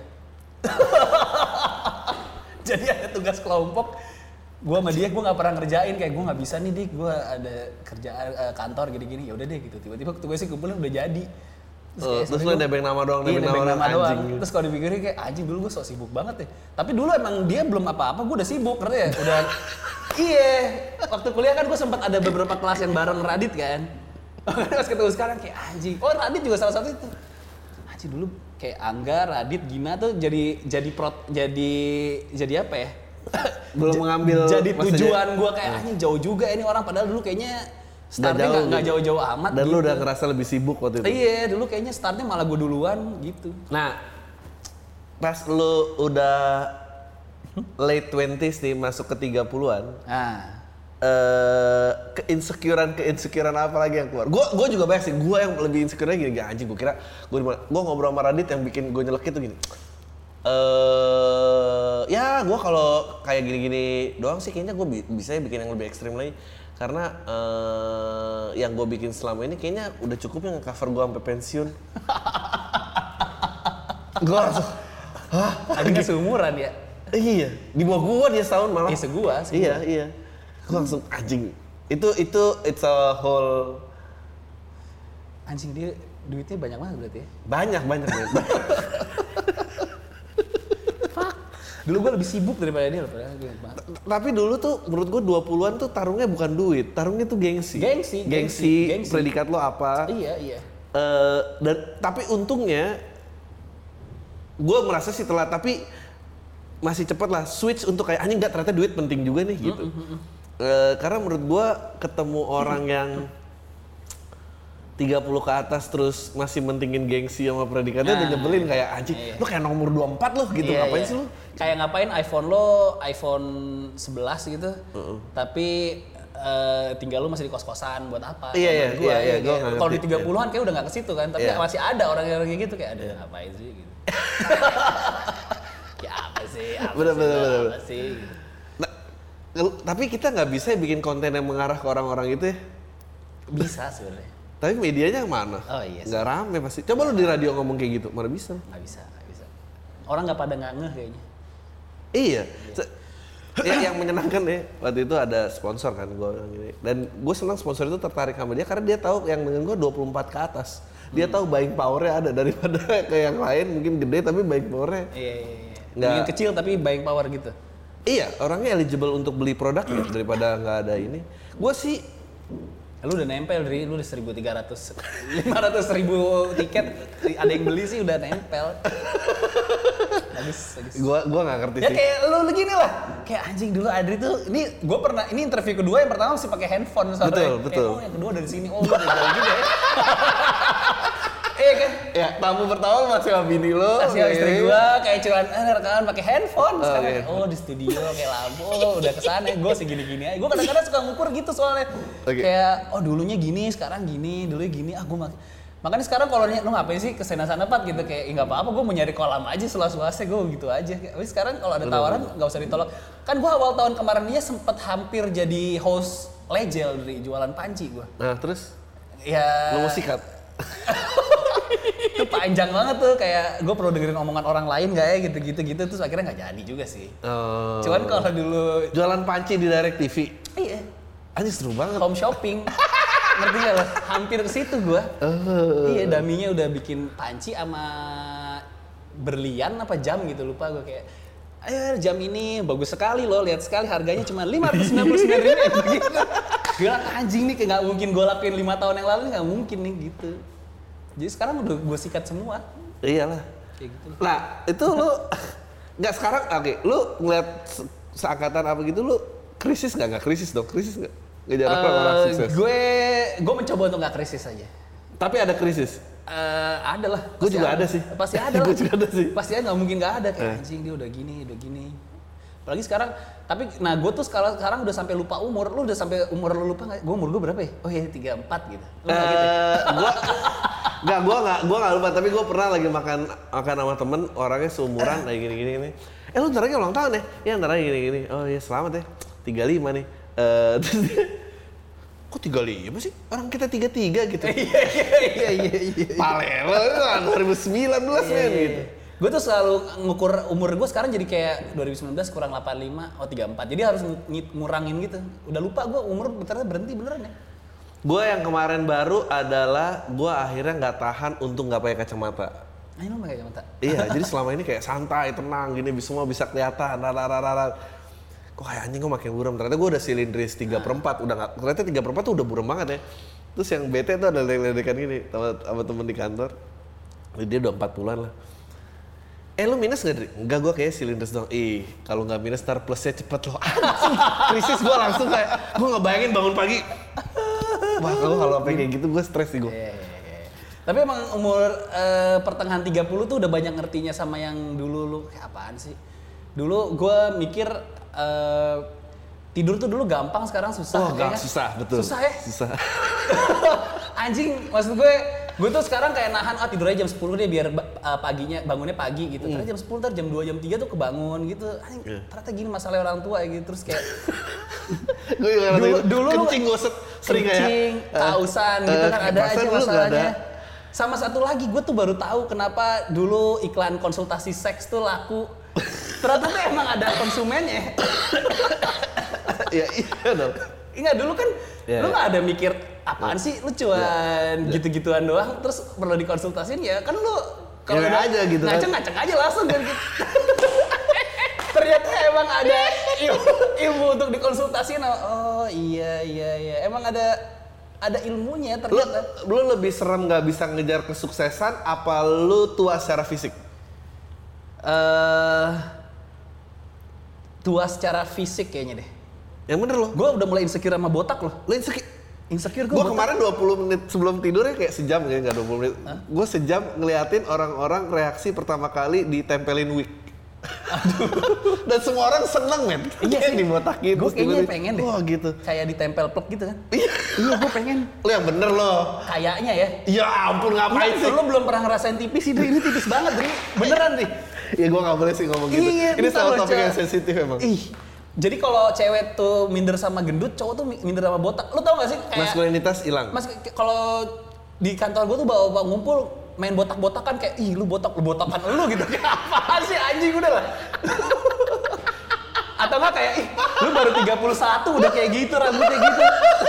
Jadi ada tugas kelompok gue sama dia gue nggak pernah ngerjain kayak gue nggak bisa nih dik gue ada kerjaan uh, kantor gini-gini ya udah deh gitu tiba-tiba tugas sih kumpulin udah jadi terus, uh, terus lu nebeng nama doang iya, nebeng nama, nama doang gitu. Terus kalau dipikirin kayak anjing dulu gue sok sibuk banget ya tapi dulu emang dia belum apa-apa gue udah sibuk ngerti ya udah iya waktu kuliah kan gue sempat ada beberapa kelas yang bareng Radit kan pas ketemu sekarang kayak anjing oh Radit juga salah satu itu anjing dulu kayak Angga Radit Gina tuh jadi jadi prot jadi jadi apa ya belum mengambil jadi tujuan gue kayak anjing jauh juga ini orang padahal dulu kayaknya startnya nggak gitu. Jauh-jauh amat dan gitu. Lu udah ngerasa lebih sibuk waktu itu iya dulu kayaknya startnya malah gue duluan gitu nah pas lu udah late twenties nih masuk ke tiga puluhan. Ah. Eh keinsecurean keinsecurean apa lagi yang keluar? Gue gue juga banyak sih. Gue yang lebih insecure gini, gak anjing. Gue kira gue gue ngobrol sama Radit yang bikin gue nyelek itu gini. Eh ya gue kalau kayak gini-gini doang sih kayaknya gue bi- bisa bikin yang lebih ekstrim lagi. Karena uh, yang gue bikin selama ini kayaknya udah cukup yang nge-cover gue sampai pensiun. Gue langsung, hah? Akhirnya seumuran ya? Iya, di bawah gue dia setahun malah. Iya segua, segua. Iya, iya. Gue langsung anjing. Itu, itu, it's a whole... Anjing dia duitnya banyak banget berarti ya? Banyak, banyak. banyak. Dulu gue lebih sibuk daripada dia loh. Tapi dulu tuh menurut gue dua puluhan tuh tarungnya bukan duit, tarungnya tuh gengsi. Gengsi, gengsi, gengsi. predikat lo apa. Iya, iya. Uh, dan tapi untungnya gue merasa sih telat, tapi masih cepet lah switch untuk kayak anjing enggak ternyata duit penting juga nih gitu. Mm-hmm. Uh, karena menurut gue ketemu orang yang tiga puluh ke atas terus masih mentingin gengsi sama predikatnya nah, udah nyebelin kayak anjing, iya. Lu kayak nomor dua puluh empat lo gitu, iya, ngapain iya. sih lu? Kayak ngapain iPhone lo iPhone sebelas gitu, uh-uh. tapi uh, tinggal lu masih di kos-kosan buat apa? Iya iya gua, iya. iya kalau di tiga puluhan kayak udah nggak ke situ kan, tapi iya. masih ada orang-orang kayak gitu kayak ada yeah. Ngapain sih gitu. Ya apa sih? Apa bener, sih? Bener, bener, apa sih? Nah, tapi kita nggak bisa bikin konten yang mengarah ke orang-orang itu ya? Bisa sebenarnya. Tapi medianya yang mana? Oh iya. Nggak rame pasti. Coba lu di radio ngomong kayak gitu, mana bisa? Nggak bisa, nggak bisa. Orang nggak pada nggak ngeh kayaknya. Iya. iya. Ya, yang menyenangkan ya, waktu itu ada sponsor kan gue bilang gini. Dan gue senang sponsor itu tertarik sama dia karena dia tahu yang dengan gue dua puluh empat ke atas. Dia hmm. tahu buying power-nya ada daripada kayak yang lain mungkin gede tapi buying power-nya. Iya, iya, iya. Mungkin kecil tapi buying power gitu. Iya, orangnya eligible untuk beli produk ya daripada nggak ada ini. Gue sih lu udah nempel dari lu udah seribu tiga ratus lima ratus ribu tiket ada yang beli sih udah nempel. Bagus, bagus. Gua gua nggak ngerti ya, sih. Ya kayak lu gini lah. Kayak anjing dulu Adri tuh ini gua pernah ini interview kedua yang pertama masih pakai handphone soalnya. Betul, betul. Kayak, oh yang kedua dari sini oh lu udah gitu ya. Iya kan? Ya, tamu pertama masih sama bini lo. Masih sama istri gua kayak cuman eh rekaman pakai handphone sekarang. Oh, okay. Oh di studio kayak lampu oh, udah kesana gua segini-gini aja. Gua kadang-kadang suka ngukur gitu soalnya. Okay. Kayak oh dulunya gini, sekarang gini, dulunya gini. Ah gua mak- makanya sekarang kalau lu ngapain sih ke sana-sana Pat gitu kayak enggak apa-apa gua mau nyari kolam aja selas-selasnya gua gitu aja. Tapi sekarang kalau ada tawaran enggak usah ditolak. Kan gua awal tahun kemarin dia sempat hampir jadi host legend dari jualan panci gua. Nah, terus ya lu mau sikat. Itu panjang banget tuh kayak gue perlu dengerin omongan orang lain gak ya gitu-gitu gitu terus akhirnya nggak jadi juga sih. Oh. Cuman kalau dulu jualan panci di Direct T V. Iya. Anjir seru banget. Home shopping. Ngerti gak lo? Hampir ke situ gue. Oh. Iya daminya udah bikin panci sama berlian apa jam gitu lupa gue kayak. Ayo jam ini bagus sekali loh lihat sekali harganya cuma lima ratus sembilan puluh sembilan ribu gitu. Gue bilang anjing nih kayak nggak mungkin gue lakuin lima tahun yang lalu nggak mungkin nih gitu. Jadi sekarang udah gue sikat semua. Iyalah. Kayak gitu. Nah itu lu nggak sekarang oke, okay, lu ngeliat se- seangkatan apa gitu lu krisis nggak nggak krisis dong krisis nggak ngejar uh, orang sukses. Gue gue mencoba untuk nggak krisis aja. Tapi ada krisis. Uh, ada lah. Gue juga ada, ada sih. Pasti ada lah. Gue juga ada sih. Pasti ada nggak mungkin nggak ada kayak eh. anjing dia udah gini udah gini. Apalagi sekarang, tapi nah gue tuh sekarang, sekarang udah sampai lupa umur, lu udah sampai umur lu lupa nggak? Gue umur gue berapa ya? Oh iya tiga puluh empat gitu. Lu nggak uh, gitu? Gue nggak, gue nggak, gue nggak lupa. Tapi gue pernah lagi makan makan sama temen orangnya seumuran kayak gini gini gini. Eh lu ntar lagi ulang tahun ya? Ya ntar lagi gini gini. Oh iya selamat ya. tiga puluh lima nih. Uh, terus dia, kok tiga puluh lima sih? Orang kita tiga puluh tiga gitu. Iya iya iya iya. Palelo itu dua ribu sembilan belas men gitu. Gue tuh selalu ngukur umur gue sekarang jadi kayak dua ribu sembilan belas kurang delapan puluh lima, oh tiga puluh empat. Jadi harus ng- ngurangin gitu. Udah lupa gue umur ternyata berhenti beneran ya. Gue yang kemarin baru adalah gue akhirnya nggak tahan untuk nggak pakai kacamata. Ah, ini lo pakai kacamata? Iya, jadi selama ini kayak santai, tenang, gini semua bisa kelihatan. Rarararara. Kok kayak anjing gue makin buram. Ternyata gue udah silindris tiga per empat, udah nggak. Ternyata tiga per empat tuh udah buram banget ya. Terus yang bete tuh ada ledek-ledekan gini sama, sama temen di kantor. Dia udah empat puluhan lah. Eh lu minus gak Dri? Enggak, gue kayak silindris dong. Ih, kalau nggak minus ntar plusnya cepet loh. Krisis gue langsung kayak, gue ngebayangin bangun pagi. Wah kalau kalau kayak gitu gue stres sih gue. Yeah, yeah, yeah. Tapi emang umur uh, pertengahan tiga puluh tuh udah banyak ngertinya sama yang dulu lu kayak apaan sih? Dulu gue mikir uh, tidur tuh dulu gampang, sekarang susah. Oh, gak kan? susah, betul. Susah ya? Susah. Anjing, maksud gue, gue tuh sekarang kayak nahan, ah tidur aja jam sepuluh deh biar uh, paginya, bangunnya pagi gitu. Karena Hmm. jam sepuluh, ntar jam dua, jam tiga tuh kebangun gitu. Anjing, Yeah. ternyata gini masalah orang tua ya gitu. Terus kayak, Gue juga dulu, dulu, dulu kencing gue sering kayak. kencing, kausan gitu uh, kan ada kepanasan aja dulu nggak masalahnya. ada. Sama satu lagi, gue tuh baru tahu kenapa dulu iklan konsultasi seks tuh laku. Ternyata tuh emang ada konsumennya. Ya iya dong. Enggak, dulu kan Yeah, lu yeah. nggak ada mikir apaan sih, lu cuman Yeah. gitu-gituan doang, terus perlu dikonsultasiin ya kan lu kalau Ya, udah aja gitu kan. ngaceng-ngaceng aja langsung kan gitu. Ternyata emang ada ilmu, ilmu untuk dikonsultasiin. Oh iya iya iya, emang ada ada ilmunya Lu, ternyata. lu lebih serem nggak bisa ngejar kesuksesan apa lu tua secara fisik? Eh tua secara fisik kayaknya deh. Yang bener lo. Gue udah mulai insecure sama botak loh. Lu insecure. Insecure gue. Gue kemarin dua puluh menit sebelum tidurnya kayak sejam ya, nggak dua puluh menit. Gue sejam ngeliatin orang-orang reaksi pertama kali ditempelin wig. Dan semua orang seneng men. Iya sih, dibotakin. gue terus kayaknya tiba-tiba, pengen deh. Wah gitu. Kayak ditempel plek gitu kan. Iya. Iya gue pengen. Lu yang bener lo. Kayaknya ya. Ya ampun ngapain Enggak, sih? lu belum pernah ngerasain tipis sih, Dri. Ini tipis banget, Dri. Beneran, Dri. Ya gue nggak boleh sih ngomong gitu. Iya, Ini bentar salah loh, topik Cak. yang sensitif emang. Ih. Jadi kalau cewek tuh minder sama gendut, cowok tuh mi- minder sama botak. Lu tau gak sih kayak Maskulinitas hilang. Mas k- kalau di kantor gue tuh bawa-bawa ngumpul main botak-botakan kayak ih lu botak, lu botakan lu gitu. Kayak apaan sih anjing udah lah. Atau enggak kayak ih lu baru tiga puluh satu udah kayak gitu rambutnya gitu.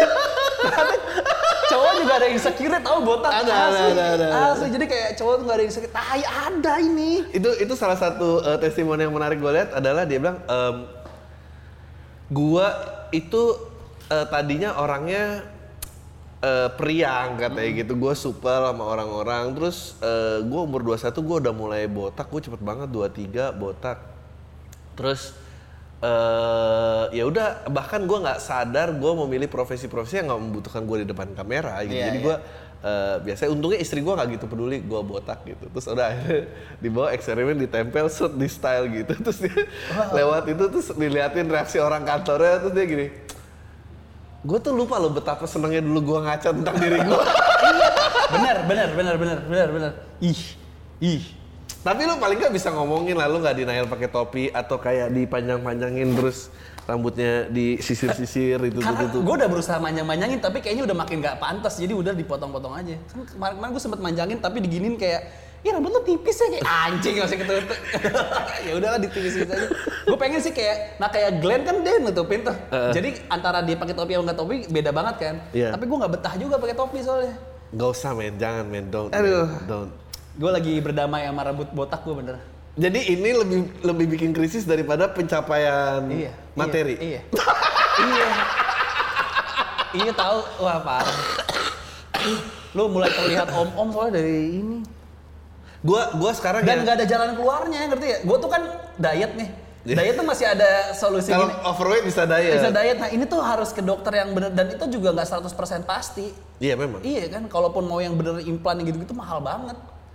Cowok juga ada insecure tau botak. Ada, asli. ada, ada, ada. Asli, jadi kayak cowok tuh gak ada insecure. Tai ada ini. Itu itu salah satu uh, testimoni yang menarik gue lihat adalah dia bilang ehm, gua itu uh, tadinya orangnya uh, periang katanya Hmm. gitu, gue supel sama orang-orang, terus uh, gue umur dua puluh satu gue udah mulai botak, gue cepet banget dua puluh tiga botak, terus uh, ya udah bahkan gue nggak sadar gue memilih profesi-profesi yang nggak membutuhkan gue di depan kamera gitu, Iya, jadi iya. gue uh, biasanya untungnya istri gue nggak gitu peduli gue botak gitu, terus udah akhirnya dibawa eksperimen ditempel set di style gitu, terus dia lewat itu terus diliatin reaksi orang kantornya, terus dia gini, gue tuh lupa loh betapa senengnya dulu gue ngaca tentang diri gue. Bener, bener, bener, bener, bener, bener. Ih, ih. Tapi lu paling nggak bisa ngomongin lah, lu nggak denial pakai topi atau kayak dipanjang-panjangin terus rambutnya disisir-sisir itu Karena itu tuh. gue udah berusaha manjang-manjangin tapi kayaknya udah makin gak pantas, jadi udah dipotong-potong aja. Kan kemarin-kemarin gue sempet manjangin tapi diginin kayak, ya rambut lu tipis ya kayak anjing masih ketutup. Ya udahlah ditipis aja. Gue pengen sih kayak, nah kayak Glenn kan dia nutupin tuh. Uh. Jadi antara dia pakai topi atau nggak topi beda banget kan. Iya. Tapi gue nggak betah juga pakai topi soalnya. Gak usah men, jangan men, don't. Aduh. Man, don't. Gue lagi berdamai sama rambut botak gue bener. Jadi ini lebih lebih bikin krisis daripada pencapaian Iya. materi. Iya. Iya. iya. Iya tahu, wah parah. Lu mulai terlihat om-om soalnya dari ini. Gua gua sekarang Dan ya, nggak ada jalan keluarnya, ngerti ya? Gue tuh kan diet nih. Diet tuh masih ada solusi kalau gini. overweight bisa diet. Bisa diet. Nah ini tuh harus ke dokter yang bener. Dan itu juga nggak seratus persen pasti. Iya memang. Iya kan, kalaupun mau yang bener implan gitu-gitu mahal banget.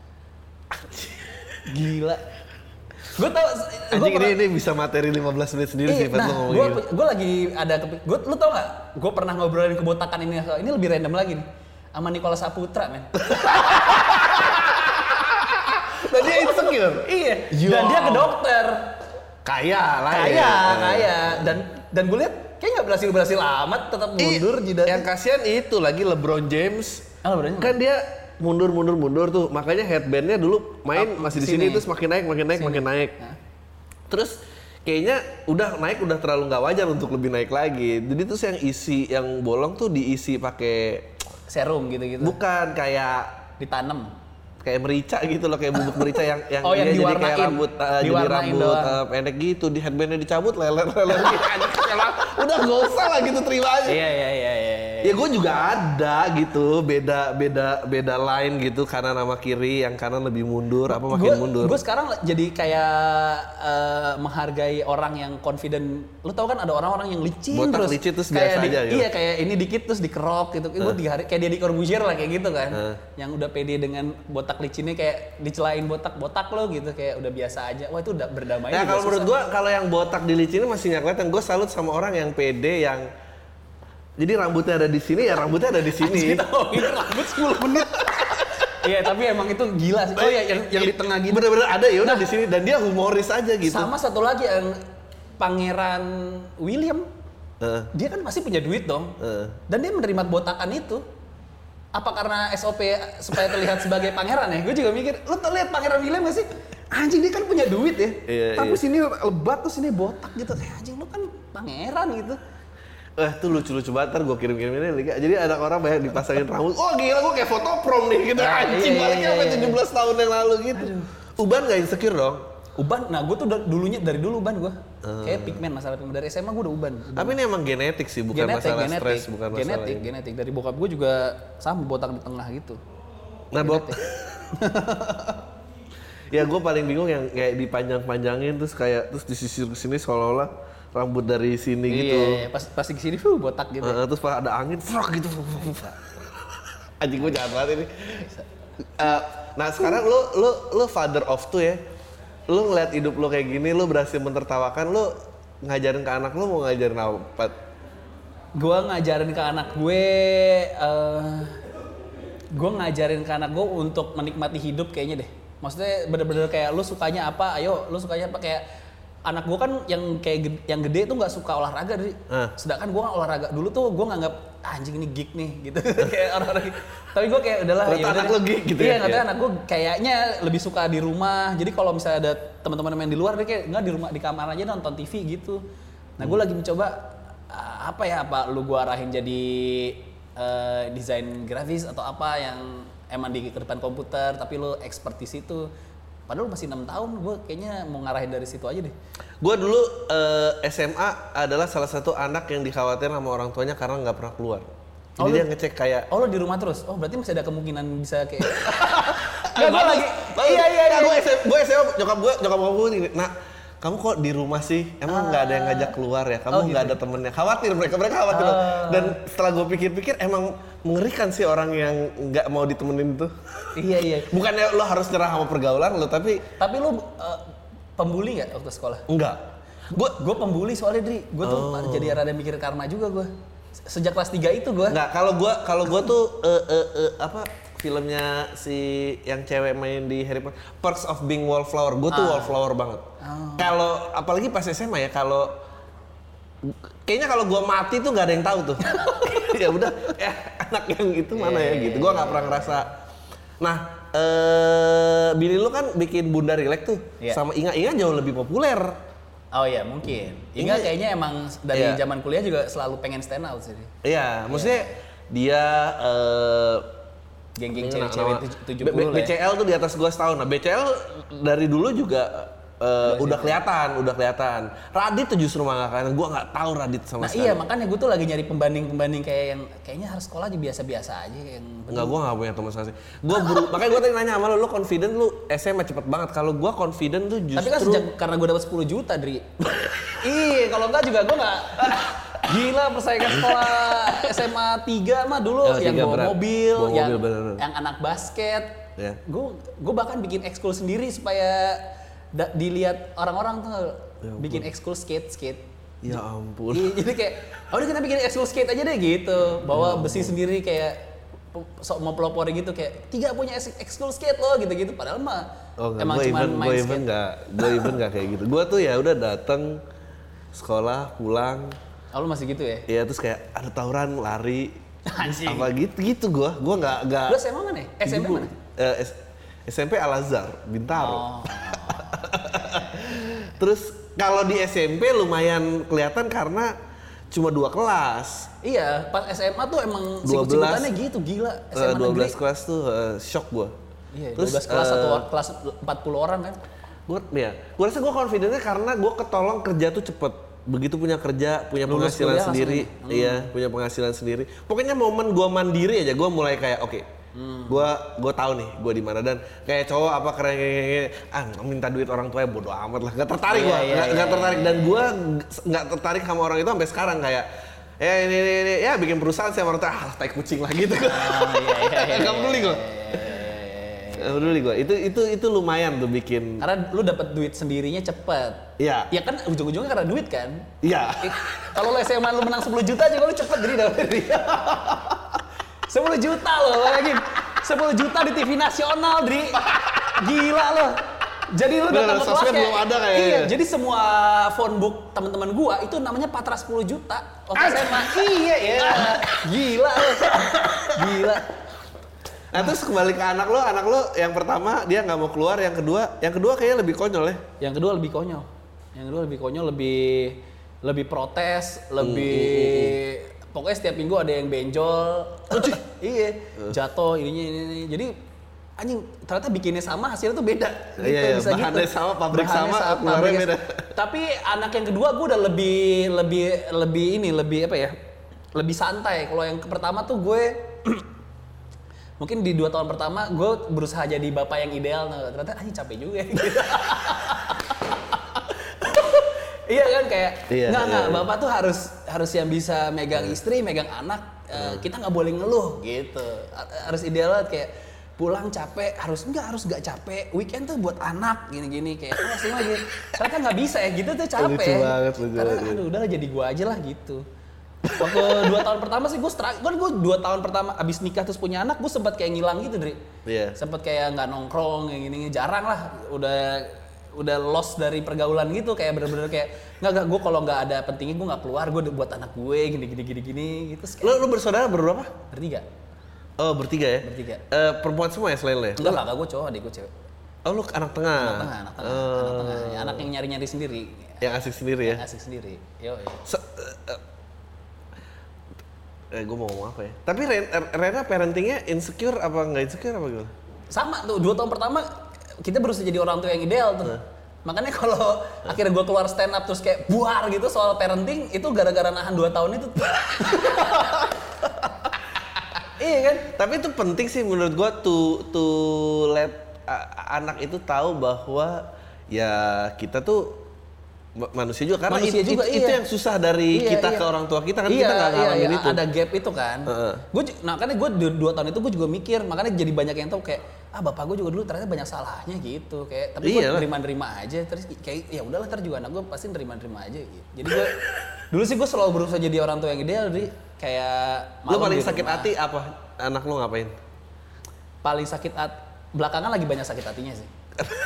Gila. Gue tau, gue Anjing ini, ini bisa materi lima belas menit sendiri sih, Iya, pas nah, lu ngomong gue gitu. gue lagi ada kepi- gue lu tau nggak? Gue pernah ngobrolin kebotakan ini, ini lebih random lagi nih, sama Nicholas Saputra men. Dan dia insecure. Iya. Ya. Dan dia ke dokter. Kaya lah Kaya, ya. kaya. Dan dan gue lihat kayak nggak berhasil berhasil amat, tetap mundur Ih, jidatnya. Yang kasihan itu lagi LeBron James. Ah, LeBron James. Kan dia mundur mundur mundur tuh. Makanya headbandnya dulu main Up, masih di sini. sini terus makin naik makin naik Sini. makin naik. Nah. Terus kayaknya udah naik udah terlalu nggak wajar untuk lebih naik lagi. Jadi terus yang isi yang bolong tuh diisi pakai Serum gitu-gitu. bukan kayak Ditanam. kayak merica gitu loh, kayak bubuk merica yang yang Oh, yang dia jadi kayak diwarnain. rambut uh, jadi Diwarnain rambut doang. uh, pendek gitu, di headbandnya dicabut leler leler gitu. Udah gak usah lah gitu, terima aja. Iya iya iya iya. iya. Ya gue juga ada gitu, beda beda beda line gitu, kanan sama kiri, yang kanan lebih mundur, apa makin gua, mundur. Gue sekarang jadi kayak uh, menghargai orang yang confident. Lu tau kan ada orang-orang yang licin botak terus. licin terus kayak biasa di, aja gitu. Iya kayak ini dikit terus dikerok gitu. Uh. Gue tiga hari kayak dia di Corbusier lah kayak gitu kan. Uh. Yang udah pede dengan botak licinnya kayak dicelain botak-botak lo gitu, kayak udah biasa aja. Wah itu udah berdamai. Nah kalau menurut gue kalau yang botak dilicinin masih nggak kelihatan. Gue salut sama orang yang pede yang jadi rambutnya ada di sini ya rambutnya ada di sini. Ini rambut sepuluh menit. Iya tapi emang itu gila sih. Oh ya yang yang di tengah gitu. Bener-bener ada ya udah di sini dan dia humoris aja gitu. Sama satu lagi yang Pangeran William. Uh. Dia kan pasti punya duit dong. Uh. Dan dia menerima botakan itu. Apa karena S O P supaya terlihat sebagai pangeran ya? Gue juga mikir, lo tuh lihat Pangeran William gak sih? Anjing dia kan punya duit ya. Iya, tapi iya. sini lebat tuh sini botak gitu. Eh, anjing lo kan pangeran gitu. Eh tuh lucu-lucu banget, ntar gue kirim-kirimin liga. Jadi ada orang banyak dipasangin rambut. Oh gila gue kayak foto prom nih gitu. Nah, Anjing iya, baliknya iya, sampai iya. tujuh belas tahun yang lalu gitu. Aduh. Uban gak insecure dong? Uban, nah gue tuh dulunya dari dulu uban gue. Hmm. Kayak pigmen, masalah pigmen. Dari S M A gue udah uban. uban. Tapi ini emang genetik sih, bukan genetik, masalah genetik, stres, bukan masalah genetik, ini. genetik. Dari bokap gue juga sama botak di tengah gitu. Nah Bob, ya gue paling bingung yang kayak dipanjang-panjangin terus kayak terus disisir ke sini seolah-olah rambut dari sini iya, gitu. Iya, pas pas di sini fuh botak gitu. Uh, terus pas ada angin, frog gitu. Anjing gue jahat banget ini. Uh, nah sekarang lu lu lu father of two ya. Lu ngeliat hidup lu kayak gini, lu berhasil mentertawakan, lu ngajarin ke anak lu mau ngajarin apa? Gue ngajarin ke anak gue, uh, gue ngajarin ke anak gue untuk menikmati hidup kayaknya deh. Maksudnya bener-bener kayak lu sukanya apa, ayo lu sukanya apa, kayak anak gue kan yang kayak gede, yang gede tuh nggak suka olahraga dari, uh. sedangkan gue nggak olahraga dulu tuh gue nganggap ah, anjing ini geek nih gitu kayak orang-orang. Tapi gue kayak udahlah. Ya anak lo geek gitu iya, ya. Iya nggak anak gue kayaknya lebih suka di rumah. Jadi kalau misalnya ada teman-teman main di luar dia kayak nggak di rumah di kamar aja nonton T V gitu. Nah gue hmm. lagi mencoba uh, apa ya apa lu gue arahin jadi uh, desain grafis atau apa yang emang di depan komputer tapi lu expert di situ. Padahal masih enam tahun, gue kayaknya mau ngarahin dari situ aja deh. Gue dulu uh, S M A adalah salah satu anak yang dikhawatirin sama orang tuanya karena nggak pernah keluar. Jadi oh, dia ngecek kayak... Oh lo di rumah terus? Oh berarti masih ada kemungkinan bisa kayak... Nggak, gue lagi... Iya, iya, iya. Gue S M A, nyokap gue, nyokap gue gini, nah kamu kok di rumah sih? Emang nggak ah. ada yang ngajak keluar ya? Kamu nggak oh, gitu. Ada temennya? Khawatir mereka, mereka khawatir. Ah. Dan setelah gue pikir-pikir emang mengerikan sih orang yang nggak mau ditemenin tuh. Iya, iya. Bukannya lo harus nyerah sama pergaulan lo, tapi... Tapi lo uh, pembuli nggak waktu sekolah? Enggak. Gue gue pembuli soalnya Dri. Gue tuh oh. jadi rada mikir karma juga gue. Sejak kelas tiga itu gue. Nggak, kalau gue kalau gue tuh uh, uh, uh, apa filmnya si yang cewek main di Harry Potter, Perks of Being Wallflower. Gue tuh ah. wallflower banget. Oh. Kalau apalagi pas S M A ya, kalau kayaknya kalau gue mati tuh nggak ada yang tahu tuh. Ya udah, ya anak yang itu mana yeah, ya gitu. Gue nggak pernah ngerasa. Nah, uh, bini lu kan bikin Bunda Rilek tuh, yeah. sama Inga. Inga jauh lebih populer. Oh iya mungkin. Inga kayaknya emang dari yeah. zaman kuliah juga selalu pengen stand out sih. Iya, maksudnya yeah. dia uh, geng-geng cewek-cewek tujuh puluh B C L tuh di atas gua setahun. Nah, B C L dari dulu juga uh, udah kelihatan, udah kelihatan. Radit tuh justru malah kan gua nggak tahu Radit sama nah, sekali. Nah, iya, makanya gua tuh lagi nyari pembanding-pembanding kayak yang kayaknya harus sekolah aja biasa-biasa aja yang enggak, gua nggak punya teman sama sih. Gua buru, makanya gua tadi nanya sama lu, lu confident lu S M A cepet banget. Kalau gua confident tuh justru... Tapi kan sejak karena gua dapat sepuluh juta, Dri. Iya, kalau enggak juga gua nggak... Gila persaingan sekolah S M A tiga mah dulu oh, yang bawa berat. mobil, bawa yang, mobil yang anak basket. Yeah. Gue gue bahkan bikin ekskul sendiri supaya da- dilihat orang-orang tuh ya bikin ekskul skate skate. Ya ampun. Jadi, jadi kayak, oh udah kita bikin ekskul skate aja deh gitu, bawa ya besi sendiri kayak sok mau pelopor gitu kayak tiga punya ekskul skate loh gitu-gitu. Padahal mah oh, emang cuma main skate. Gue even nggak, gue even nggak kayak gitu. Gue tuh ya udah datang sekolah pulang. Oh lu masih gitu ya? Iya terus kayak ada tawuran lari Anjing. apa gitu gitu gue gue nggak nggak. Lu S M A mana? S M P mana? Uh, S- SMP Al Azhar Bintaro. Oh. Terus kalau di S M P lumayan kelihatan karena cuma dua kelas. Iya pas S M A tuh emang sikut-sikutannya gitu gila. S M A uh, dua belas kelas tuh uh, shock gue. Iya terus, dua belas kelas uh, satu kelas empat puluh orang kan. Gue ya gue rasa gue confidentnya karena gue ketolong kerja tuh cepet. begitu punya kerja, punya Lulus penghasilan kuliah sendiri, langsung. iya, punya penghasilan sendiri. Pokoknya momen gue mandiri aja, gue mulai kayak oke, okay, hmm. gue gue tahu nih gue di mana dan kayak cowok apa keren kayak ah minta duit orang tua ya bodo amat lah, nggak tertarik gue, iya, nggak iya, nggak iya, tertarik iya, dan iya. gue nggak tertarik sama orang itu sampai sekarang kayak ya ini ini, ini ya bikin perusahaan sih sama orang tua ah tai kucing lagi gitu, Oh, iya, iya, iya, nggak peduli gue. Nggak peduli gue, itu itu itu lumayan tuh bikin. Karena lu dapat duit sendirinya cepet. Iya. Ya kan ujung-ujungnya karena duit kan. Iya. Eh, Kalau lu S M A lu menang sepuluh juta aja lu cepet jadi dapat duit. sepuluh juta loh, bayangin. sepuluh juta di T V nasional, Dri. Gila loh. Jadi lu datang ke kelas kayak, belum ada kayaknya. Iya, jadi semua phone book teman-teman gua itu namanya Patra sepuluh juta. Waktu S M A. Iya, iya. Gila loh. Gila. Nah terus kembali ke anak lo, anak lo yang pertama dia nggak mau keluar, yang kedua, yang kedua kayaknya lebih konyol ya? Yang kedua lebih konyol, yang kedua lebih konyol, lebih lebih protes, lebih Mm, mm, pokoknya setiap minggu ada yang benjol, iya, jatuh ininya ini, ini, jadi anjing ternyata bikinnya sama hasilnya tuh beda, gitu, Iya, iya, bisa bahannya gitu. sama, pabrik Bahannya sama, sama, keluarnya pabriknya beda. sama. Tapi anak yang kedua gue udah lebih lebih lebih ini lebih apa ya, lebih santai. Kalau yang pertama tuh gue mungkin di dua tahun pertama gue berusaha jadi bapak yang ideal, nah, ternyata anjing capek juga gitu. Iya kan kayak Iya, nggak iya, nggak iya. bapak tuh harus harus yang bisa megang istri, megang anak, eh, kita nggak boleh ngeluh gitu. Harus ideal banget kayak pulang capek harus enggak harus nggak capek, weekend tuh buat anak gini-gini kayak oh sih lagi ternyata nggak bisa ya gitu tuh capek. Lucu banget, lucu Karena banget. aduh udahlah jadi gua aja lah gitu. Waktu dua tahun pertama sih gue struggle, kan gue dua tahun pertama abis nikah terus punya anak gue sempat kayak ngilang gitu Dri. Iya. Sempat kayak nggak nongkrong kayak gini, jarang lah, udah udah lost dari pergaulan gitu, kayak bener-bener kayak nggak nggak gue kalau nggak ada pentingnya gue nggak keluar, gue buat anak gue gini gini gini gini gitu. Terus kayak Lo lo bersaudara berberapa? bertiga, Oh bertiga ya? Bertiga. Eh, perempuan semua ya selain lo ya? enggak kakak gue cowok, adik gue cewek. Oh lu anak tengah? Anak tengah, anak tengah, Oh. anak tengah, ya, anak yang nyari-nyari sendiri, Yang asik sendiri ya? asik sendiri. Yo, yo. Se- eh, eh gue mau ngomong apa ya? Tapi Ren- Rena parentingnya insecure apa nggak insecure apa gitu? Sama tuh, dua tahun pertama kita berusaha jadi orang tua yang ideal tuh. Makanya kalau akhirnya gue keluar stand up terus kayak buar gitu soal parenting, itu gara-gara nahan dua tahun itu. Iya kan? Tapi itu penting sih menurut gua to to let uh, anak itu tahu bahwa ya kita tuh ma- manusia juga karena Manusia it- juga, it- iya. itu yang susah dari Iya, kita iya. ke orang tua kita kan Iya, kita nggak iya, ngalamin iya, itu. ada gap itu kan. Heeh. Gue nah karena gue dua, dua tahun itu gue juga mikir, makanya jadi banyak yang tahu kayak ah bapak gue juga dulu ternyata banyak salahnya gitu kayak tapi gue Iyalah. nerima-nerima aja terus kayak ya udahlah ntar juga anak gue pasti nerima-nerima aja gitu. Jadi gue dulu sih gue selalu berusaha jadi orang tua yang ideal, jadi kayak Lu malam paling di sakit rumah. hati apa? Anak lu ngapain? Paling sakit hati belakangan lagi banyak sakit hatinya sih.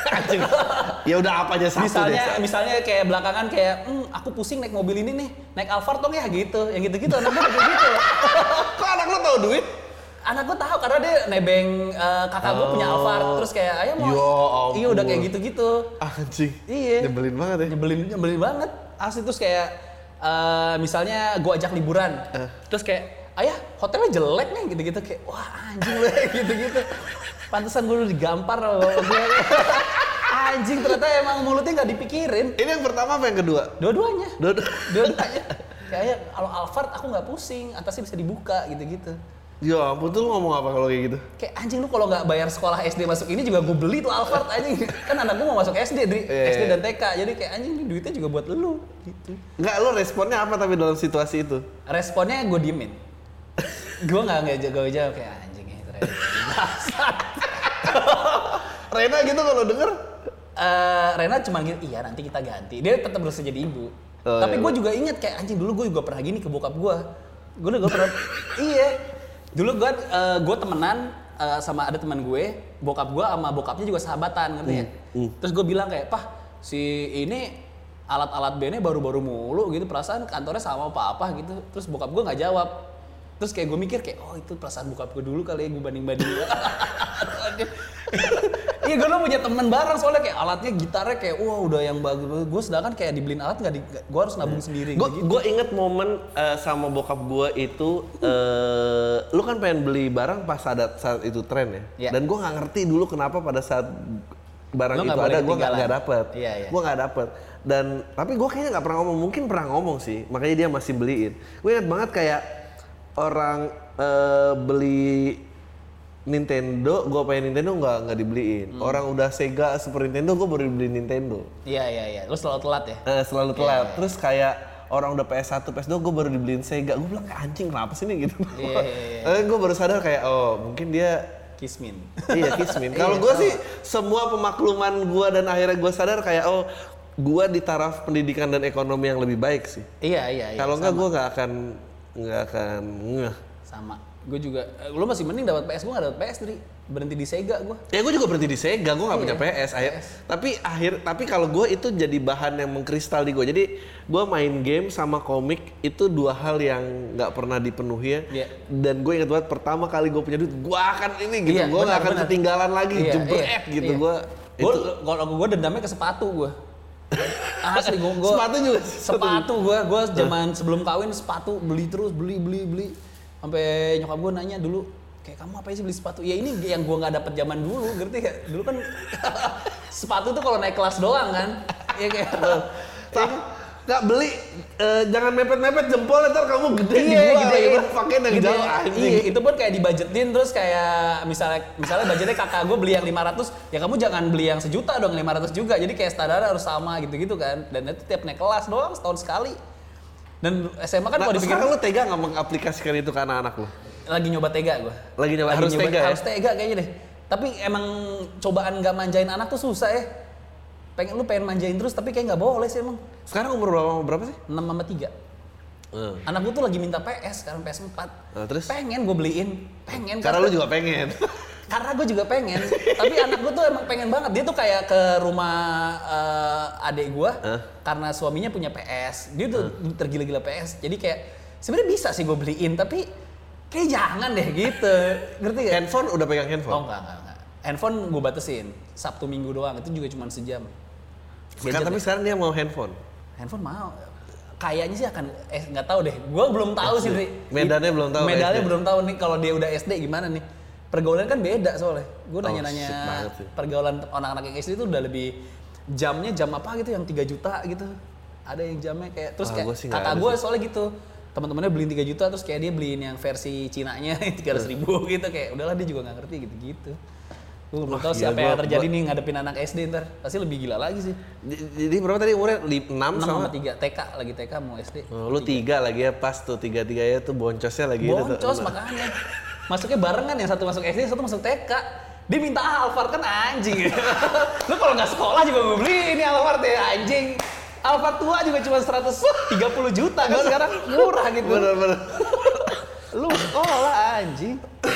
Ya udah apa aja satu misalnya deh. misalnya kayak belakangan kayak hmm, aku pusing naik mobil ini nih, naik Alphard dong ya gitu, yang gitu-gitu anak gue kayak gitu loh. Kok anak lu tahu duit? Anak gue tahu karena dia nebeng eh, kakak gue punya Alphard, terus kayak ayah mau Ya ampun. iya udah kayak gitu-gitu. Anjing. Iya. Nyebelin banget ya. Nyebelin nyebelin banget. Asli terus kayak eh, misalnya gue ajak liburan, Eh. terus kayak ayah hotelnya jelek nih gitu-gitu kayak wah anjing lu gitu-gitu. Pantesan gue dulu digampar loh gue. Anjing ternyata emang mulutnya nggak dipikirin. Ini yang pertama apa yang kedua? Dua-duanya. Dua- Dua-duanya. Kayak kalau Alphard aku nggak pusing, atasnya bisa dibuka gitu-gitu. Ya ampun tuh lu ngomong apa kalau kayak gitu? Kayak anjing lu kalau nggak bayar sekolah S D masuk ini juga gue beli tuh Alphard anjing. Kan anak gue mau masuk S D, Dri. Iya, S D iya. dan T K. Jadi kayak anjing ini duitnya juga buat lu gitu. Enggak, lu responnya apa tapi dalam situasi itu? Responnya gue diemin. Gue nggak nggak jago jawab kayak anjing ya ternyata. Bangsat. Rena gitu kalau denger? Eh, Rena cuma gitu, iya nanti kita ganti. Dia tetap berusaha jadi ibu. Oh, Tapi iya. gue juga inget kayak anjing dulu gue juga pernah gini ke bokap gue. Gue udah gue pernah, iya. Dulu gue uh, gue temenan uh, sama ada teman gue, bokap gue sama bokapnya juga sahabatan, ngerti ya? hmm. Terus gue bilang kayak, pah si ini alat-alat bandnya baru-baru mulu gitu, perasaan kantornya sama apa-apa gitu. Terus bokap gue nggak jawab. Terus kayak gue mikir kayak, oh itu perasaan bokap gue dulu kali ya, gue banding-banding. Iya gue dulu punya temen bareng soalnya kayak alatnya gitarnya kayak wah udah yang bagus. Gue sedangkan kayak dibeliin alat nggak, di, gue harus nabung sendiri. Gue gitu. gue inget momen eh, sama bokap gue itu, eh, lu kan pengen beli barang pas ada saat itu tren ya. Iya. Dan gue nggak ngerti dulu kenapa pada saat barang Lo itu nggak boleh ada gue nggak ketinggalan. nggak dapet, Iya, iya. gue nggak dapet. Dan tapi gue kayaknya nggak pernah ngomong, mungkin pernah ngomong sih, makanya dia masih beliin. Gue ingat banget kayak orang eh, beli Nintendo, gue pengen Nintendo nggak nggak dibeliin. Hmm. Orang udah Sega, Super Nintendo, gue baru beli Nintendo. Iya iya iya. Lu selalu telat ya? Eh, selalu telat. Iya, iya. Terus kayak orang udah P S satu, P S dua, gue baru dibeliin Sega. Gue bilang anjing kenapa sih nih gitu. Iya, iya, iya. Eh, gue baru sadar kayak oh mungkin dia Kismin. iya kismin. Kalau Iya, gue sama. sih semua pemakluman gue dan akhirnya gue sadar kayak oh gue di taraf pendidikan dan ekonomi yang lebih baik sih. Iya iya iya. Kalau enggak sama. gue nggak akan nggak akan ngeh. Sama. Gue juga. eh, Lu masih mending dapat P S, gue nggak dapat P S dari berhenti di Sega gue. Ya gue juga berhenti di Sega, gue nggak Iya, punya P S. Akhir, P S. tapi akhir, tapi kalau gue itu jadi bahan yang mengkristal di gue. Jadi gue main game sama komik itu dua hal yang nggak pernah dipenuhi ya. Iya. Dan gue ingat banget pertama kali gue punya duit, gue akan ini gitu, Iya, gue nggak benar, akan benar. ketinggalan lagi, Iya, jebret iya, gitu iya. gue. Gue Itu kalau gue dendamnya ke sepatu gue. Asli gue gue. sepatu juga. Sepatu gue gue zaman sebelum kawin sepatu beli terus beli beli beli. Sampai nyokap gue nanya dulu, kayak kamu apa sih beli sepatu? Ya ini yang gue nggak dapet zaman dulu, ngerti gak? Dulu kan sepatu tuh kalau naik kelas doang kan, ya kayak. Tak, nggak beli, eh, jangan mepet-mepet jempol ntar kamu gede di Iya, gua gede, lagi iya. pakai dari Gede. jauh anjing. Iya, itu pun kayak dibajetin terus kayak misalnya misalnya budgetnya kakak gue beli yang lima ratus, ya kamu jangan beli yang sejuta dong, lima ratus juga. Jadi kayak standar harus sama gitu-gitu kan. Dan itu tiap naik kelas doang setahun sekali. Dan S M A kan Nah, kalau dipikir sekarang lu tega nggak mengaplikasikan itu ke anak-anak lu? lagi nyoba tega gue. Lagi nyoba, harus tega ya? Harus tega kayaknya deh. Tapi emang cobaan nggak manjain anak tuh susah ya. Pengen lu pengen manjain terus tapi kayak nggak boleh sih emang. Sekarang umur berapa, berapa sih? enam sama tiga. Hmm. Anak gue tuh lagi minta P S sekarang P S empat. Nah, terus? Pengen gue beliin, pengen. Karena lu juga pengen. Karena gue juga pengen. Tapi anak gue tuh emang pengen banget. Dia tuh kayak ke rumah uh, adik gue Huh? karena suaminya punya P S. Dia tuh tergila-gila P S. Jadi kayak sebenarnya bisa sih gue beliin tapi kayak jangan deh gitu. Ngerti gak? Handphone udah pegang Oh handphone? enggak, enggak, enggak. Handphone gue batasin. Sabtu Minggu doang. Itu juga cuma sejam. Sekarang, Gadget tapi ya. sekarang dia mau handphone. Handphone mau. Kayaknya sih akan eh nggak tahu deh. Gue belum tahu sih, Ri. Medannya belum tahu, Medannya S D. belum tahu nih kalau dia udah S D gimana nih. Pergaulan kan beda soalnya. Gue Oh, nanya-nanya shit banget sih. pergaulan anak-anak yang S D itu udah lebih jamnya jam apa gitu yang tiga juta gitu. Ada yang jamnya kayak terus Ah, kayak gua sih nggak kakak ada gue sih. soalnya gitu. Teman-temannya beliin tiga juta terus kayak dia beliin yang versi Cinanya tiga ratus ribu gitu kayak udahlah dia juga nggak ngerti gitu-gitu. Gue belum Wah, tahu gila, siapa yang gua- terjadi gua- nih ngadepin anak S D ntar. Pasti lebih gila lagi sih. J- Jadi berapa tadi umurnya? enam enam sama? sama tiga T K lagi T K mau S D. Oh, lu tiga lagi ya, pas tuh tiga-tiganya tuh boncosnya lagi itu tuh. Boncos makanya. Masuknya barengan yang satu masuk S D, yang satu masuk T K. Dia minta Alphard kan anjing. Lu kalau nggak sekolah juga gue beli ini Alphard ya anjing. Alphard tua juga cuma seratus tiga puluh juta kan sekarang murah gitu. Bener-bener. Lu sekolah anjing.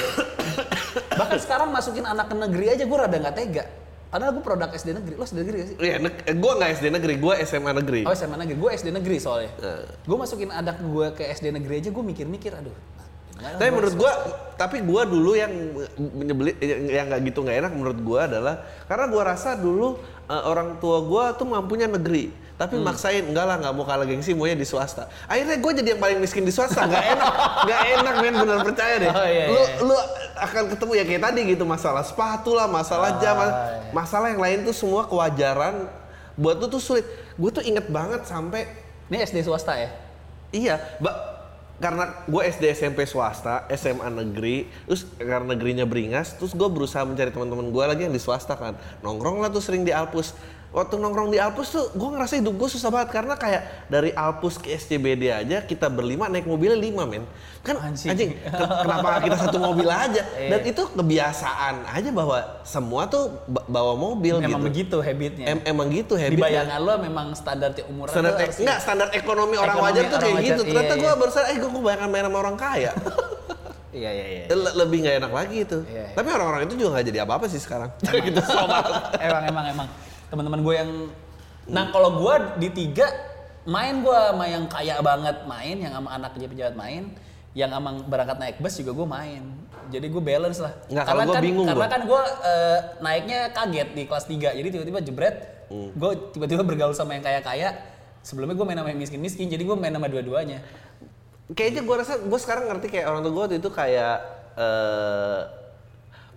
Bahkan sekarang masukin anak ke negeri aja gue rada nggak tega. Padahal gue produk S D negeri. Lo S D negeri gak sih? Iya, ne- eh, gua nggak S D negeri, gua S M A negeri. Oh S M A negeri. Gue S D negeri soalnya. Nah. Gue masukin anak gue ke S D negeri aja gue mikir-mikir aduh. gimana Tapi gua menurut gua, tapi gua dulu yang menyebeli, yang nggak gitu nggak enak menurut gua adalah karena gua rasa dulu eh, orang tua gua tuh mampunya negeri, tapi Hmm. maksain enggak lah nggak mau kalah gengsi, maunya di swasta. Akhirnya gua jadi yang paling miskin di swasta, nggak enak, nggak enak men, bener percaya deh. Oh, iya, lu iya. lu akan ketemu ya kayak tadi gitu masalah sepatu lah, masalah jam, iya. masalah yang lain tuh semua kewajaran buat lu tuh sulit. Gua tuh inget banget sampai Ini S D swasta ya? iya, Mbak, karena gue S D S M P swasta, S M A negeri, terus karena negerinya beringas, terus gue berusaha mencari teman-teman gue lagi yang di swasta kan, nongkrong lah tuh sering di Alpus. Waktu nongkrong di Alpus tuh gue ngerasa hidup gue susah banget karena kayak dari Alpus ke S C B D aja kita berlima naik mobilnya lima men. Kan Anjing. anjing, ke- kenapa nggak kita satu mobil aja? Iya. Dan itu kebiasaan aja bahwa semua tuh ba- bawa mobil Memang gitu. begitu habitnya. Em- emang gitu Di habitnya. bayangan lo memang standar umuran Standar tuh ek- harus- enggak, standar ekonomi orang Ekonomi wajar tuh orang kayak wajar, gitu. Ternyata iya, gue iya. baru sadar, eh gue kebanyakan main sama orang kaya. Iya iya iya. Le- Lebih nggak enak lagi itu. Iya, iya. Tapi orang-orang itu juga nggak jadi apa-apa sih sekarang. gitu sama. emang emang emang teman-teman gue yang nah kalau gue di tiga main gue sama yang kaya banget main, yang sama anak pejabat main, yang sama berangkat naik bus juga gue main. Jadi gue balance lah. Nggak, karena kalau gua kan, bingung Karena gua. kan gue eh, naiknya kaget di kelas tiga. Jadi tiba-tiba jebret, Hmm. gue tiba-tiba bergaul sama yang kaya-kaya. Sebelumnya gue main sama yang miskin-miskin, jadi gue main sama dua-duanya. Kayaknya gue rasa gue sekarang ngerti kayak orang tua gue waktu itu kayak eh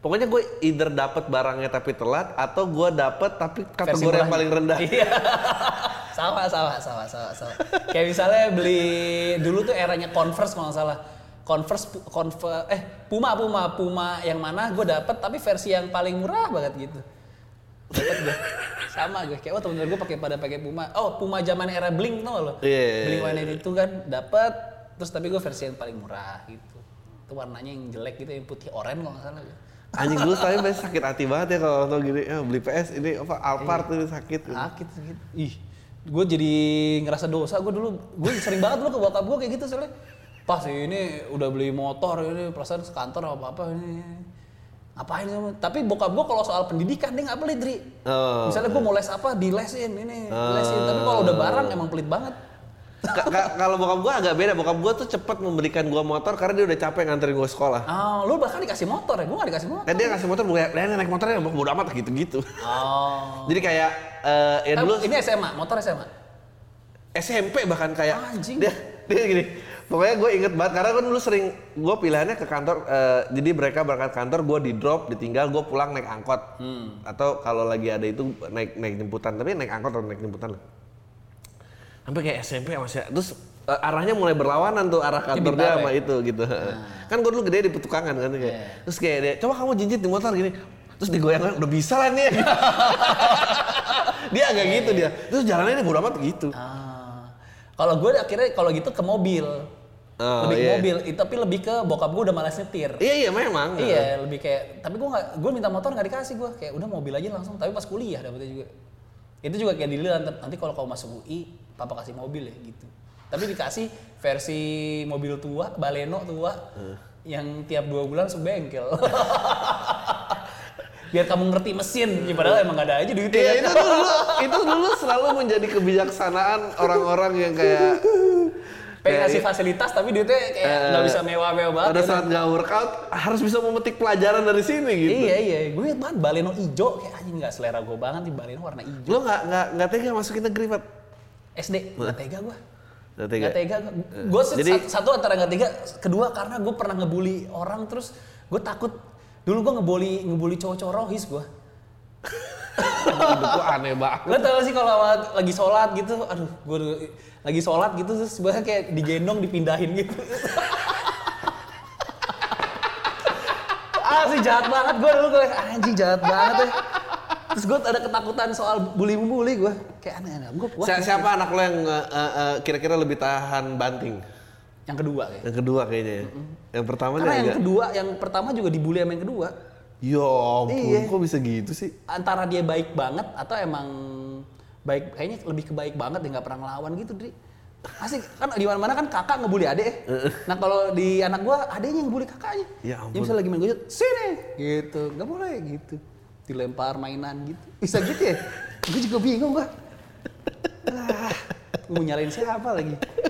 pokoknya gue either dapet barangnya tapi telat atau gue dapet tapi kategori yang paling rendah. Iya. sama, sama, sama, sama, sama. Kayak misalnya beli dulu tuh eranya Converse kalau nggak salah. Converse, Converse, eh Puma, Puma, Puma yang mana gue dapet tapi versi yang paling murah banget gitu. Dapet gue, sama gue. Kayak oh temen-temen gue pakai pada pakai Puma. Oh Puma zaman era Blink tau lo? Yeah. Blink warna itu kan dapet, terus tapi gue versi yang paling murah gitu. Itu warnanya yang jelek gitu, yang putih oranye kalau nggak salah. Anjing dulu tapi masih sakit hati banget ya kalau nonton gini, ya, beli P S ini apa Alphard ini sakit. Sakit, sakit. Ih, gue jadi ngerasa dosa. Gue dulu, gue sering banget dulu ke bokap gue kayak gitu soalnya. Pas ini udah beli motor ini perasaan sekantor apa apa ini ngapain sih? Tapi bokap gue kalau soal pendidikan dia nggak pelit Dri. Oh, misalnya gue mau les apa dilesin ini oh, lesin. Tapi kalau udah barang emang pelit banget. Kalau bokap gue agak beda. Bokap gue tuh cepet membelikan gue motor karena dia udah capek nganterin gue sekolah. Oh, lu bahkan dikasih motor ya? Gue nggak dikasih motor. Nah, dia ngasih motor, gue naik motornya mau bodo amat gitu-gitu. Oh. Jadi kayak uh, ya dulu. Ini S M A, motor S M A. S M P bahkan kayak. Anjing. Dia dia gini. Pokoknya gue inget banget karena gue dulu sering gue pilihannya ke kantor, uh, jadi mereka berangkat kantor, gue di drop, ditinggal, gue pulang naik angkot, hmm. atau kalau lagi ada itu naik naik jemputan, tapi naik angkot atau naik jemputan lah. Sampai kayak S M P masih, terus uh, arahnya mulai berlawanan tuh arah kantor dia sama ya? Itu gitu. Nah. Kan gue dulu gede di petukangan kan kayak, yeah. Terus kayak dia, coba kamu jinjit di motor gini, terus digoyang udah bisa lah nih. Dia agak gitu dia, terus jalannya ini bodo amat gitu. Ah. Kalau gue akhirnya kalau gitu ke mobil, oh, lebih ke yeah. mobil, tapi lebih ke bokap gue udah malas nyetir. Iya iya memang. Iya lebih kayak, tapi gue nggak, gue minta motor nggak dikasih gue, kayak udah mobil aja langsung. Tapi pas kuliah dapetnya juga, itu juga kayak dilihat nanti kalau kau masuk U I, papa kasih mobil ya gitu. Tapi dikasih versi mobil tua, Baleno tua, uh. yang tiap dua bulan sebengkel. Biar kamu ngerti mesin, ya padahal emang gak ada aja duitnya. Iya, itu dulu, itu dulu selalu menjadi kebijaksanaan orang-orang yang kayak pengen ngasih fasilitas tapi duitnya kayak nggak uh, bisa mewah-mewah banget. Pada saat nggak workout harus bisa memetik pelajaran dari sini gitu. Iya iya, gue liat banget Baleno hijau kayak anjing nggak selera gue banget nih Baleno warna hijau. Lo nggak nggak nggak tega masukin negeri Pat? S D nggak tega gue. Nggak tega. Nggak tega. Gue Jadi, satu antara nggak tega, kedua karena gue pernah ngebully orang terus gue takut. Dulu gue ngebully ngebully cowok-cowok rohis gue. Itu gue aneh banget. Lo tau sih kalau lagi sholat gitu, aduh gue lagi sholat gitu terus sebenarnya kayak digendong dipindahin gitu. Ah sih jahat banget gue dulu, gue anjing jahat banget ya. Terus gue ada ketakutan soal bully-bully gue, kayak aneh-aneh. Gue siapa, siapa anak lo yang uh, uh, kira-kira lebih tahan banting? Yang kedua kayaknya. Yang kedua kayaknya ya. Mm-hmm. Yang pertama karena yang agak... kedua, yang pertama juga dibully sama yang kedua. Ya ampun, iya. Kok bisa gitu sih? Antara dia baik banget atau emang baik, kayaknya lebih ke baik banget dia nggak pernah ngelawan gitu, Dri. Asik kan di mana-mana kan kakak ngebully adek ya. Nah kalau di anak gua adeknya yang ngebully kakaknya. Ya ampun. Dia misalnya lagi main gojek, sini gitu, nggak boleh gitu. Dilempar mainan gitu, bisa gitu ya? Gue juga bingung gua. Ah, mau nyalain siapa lagi?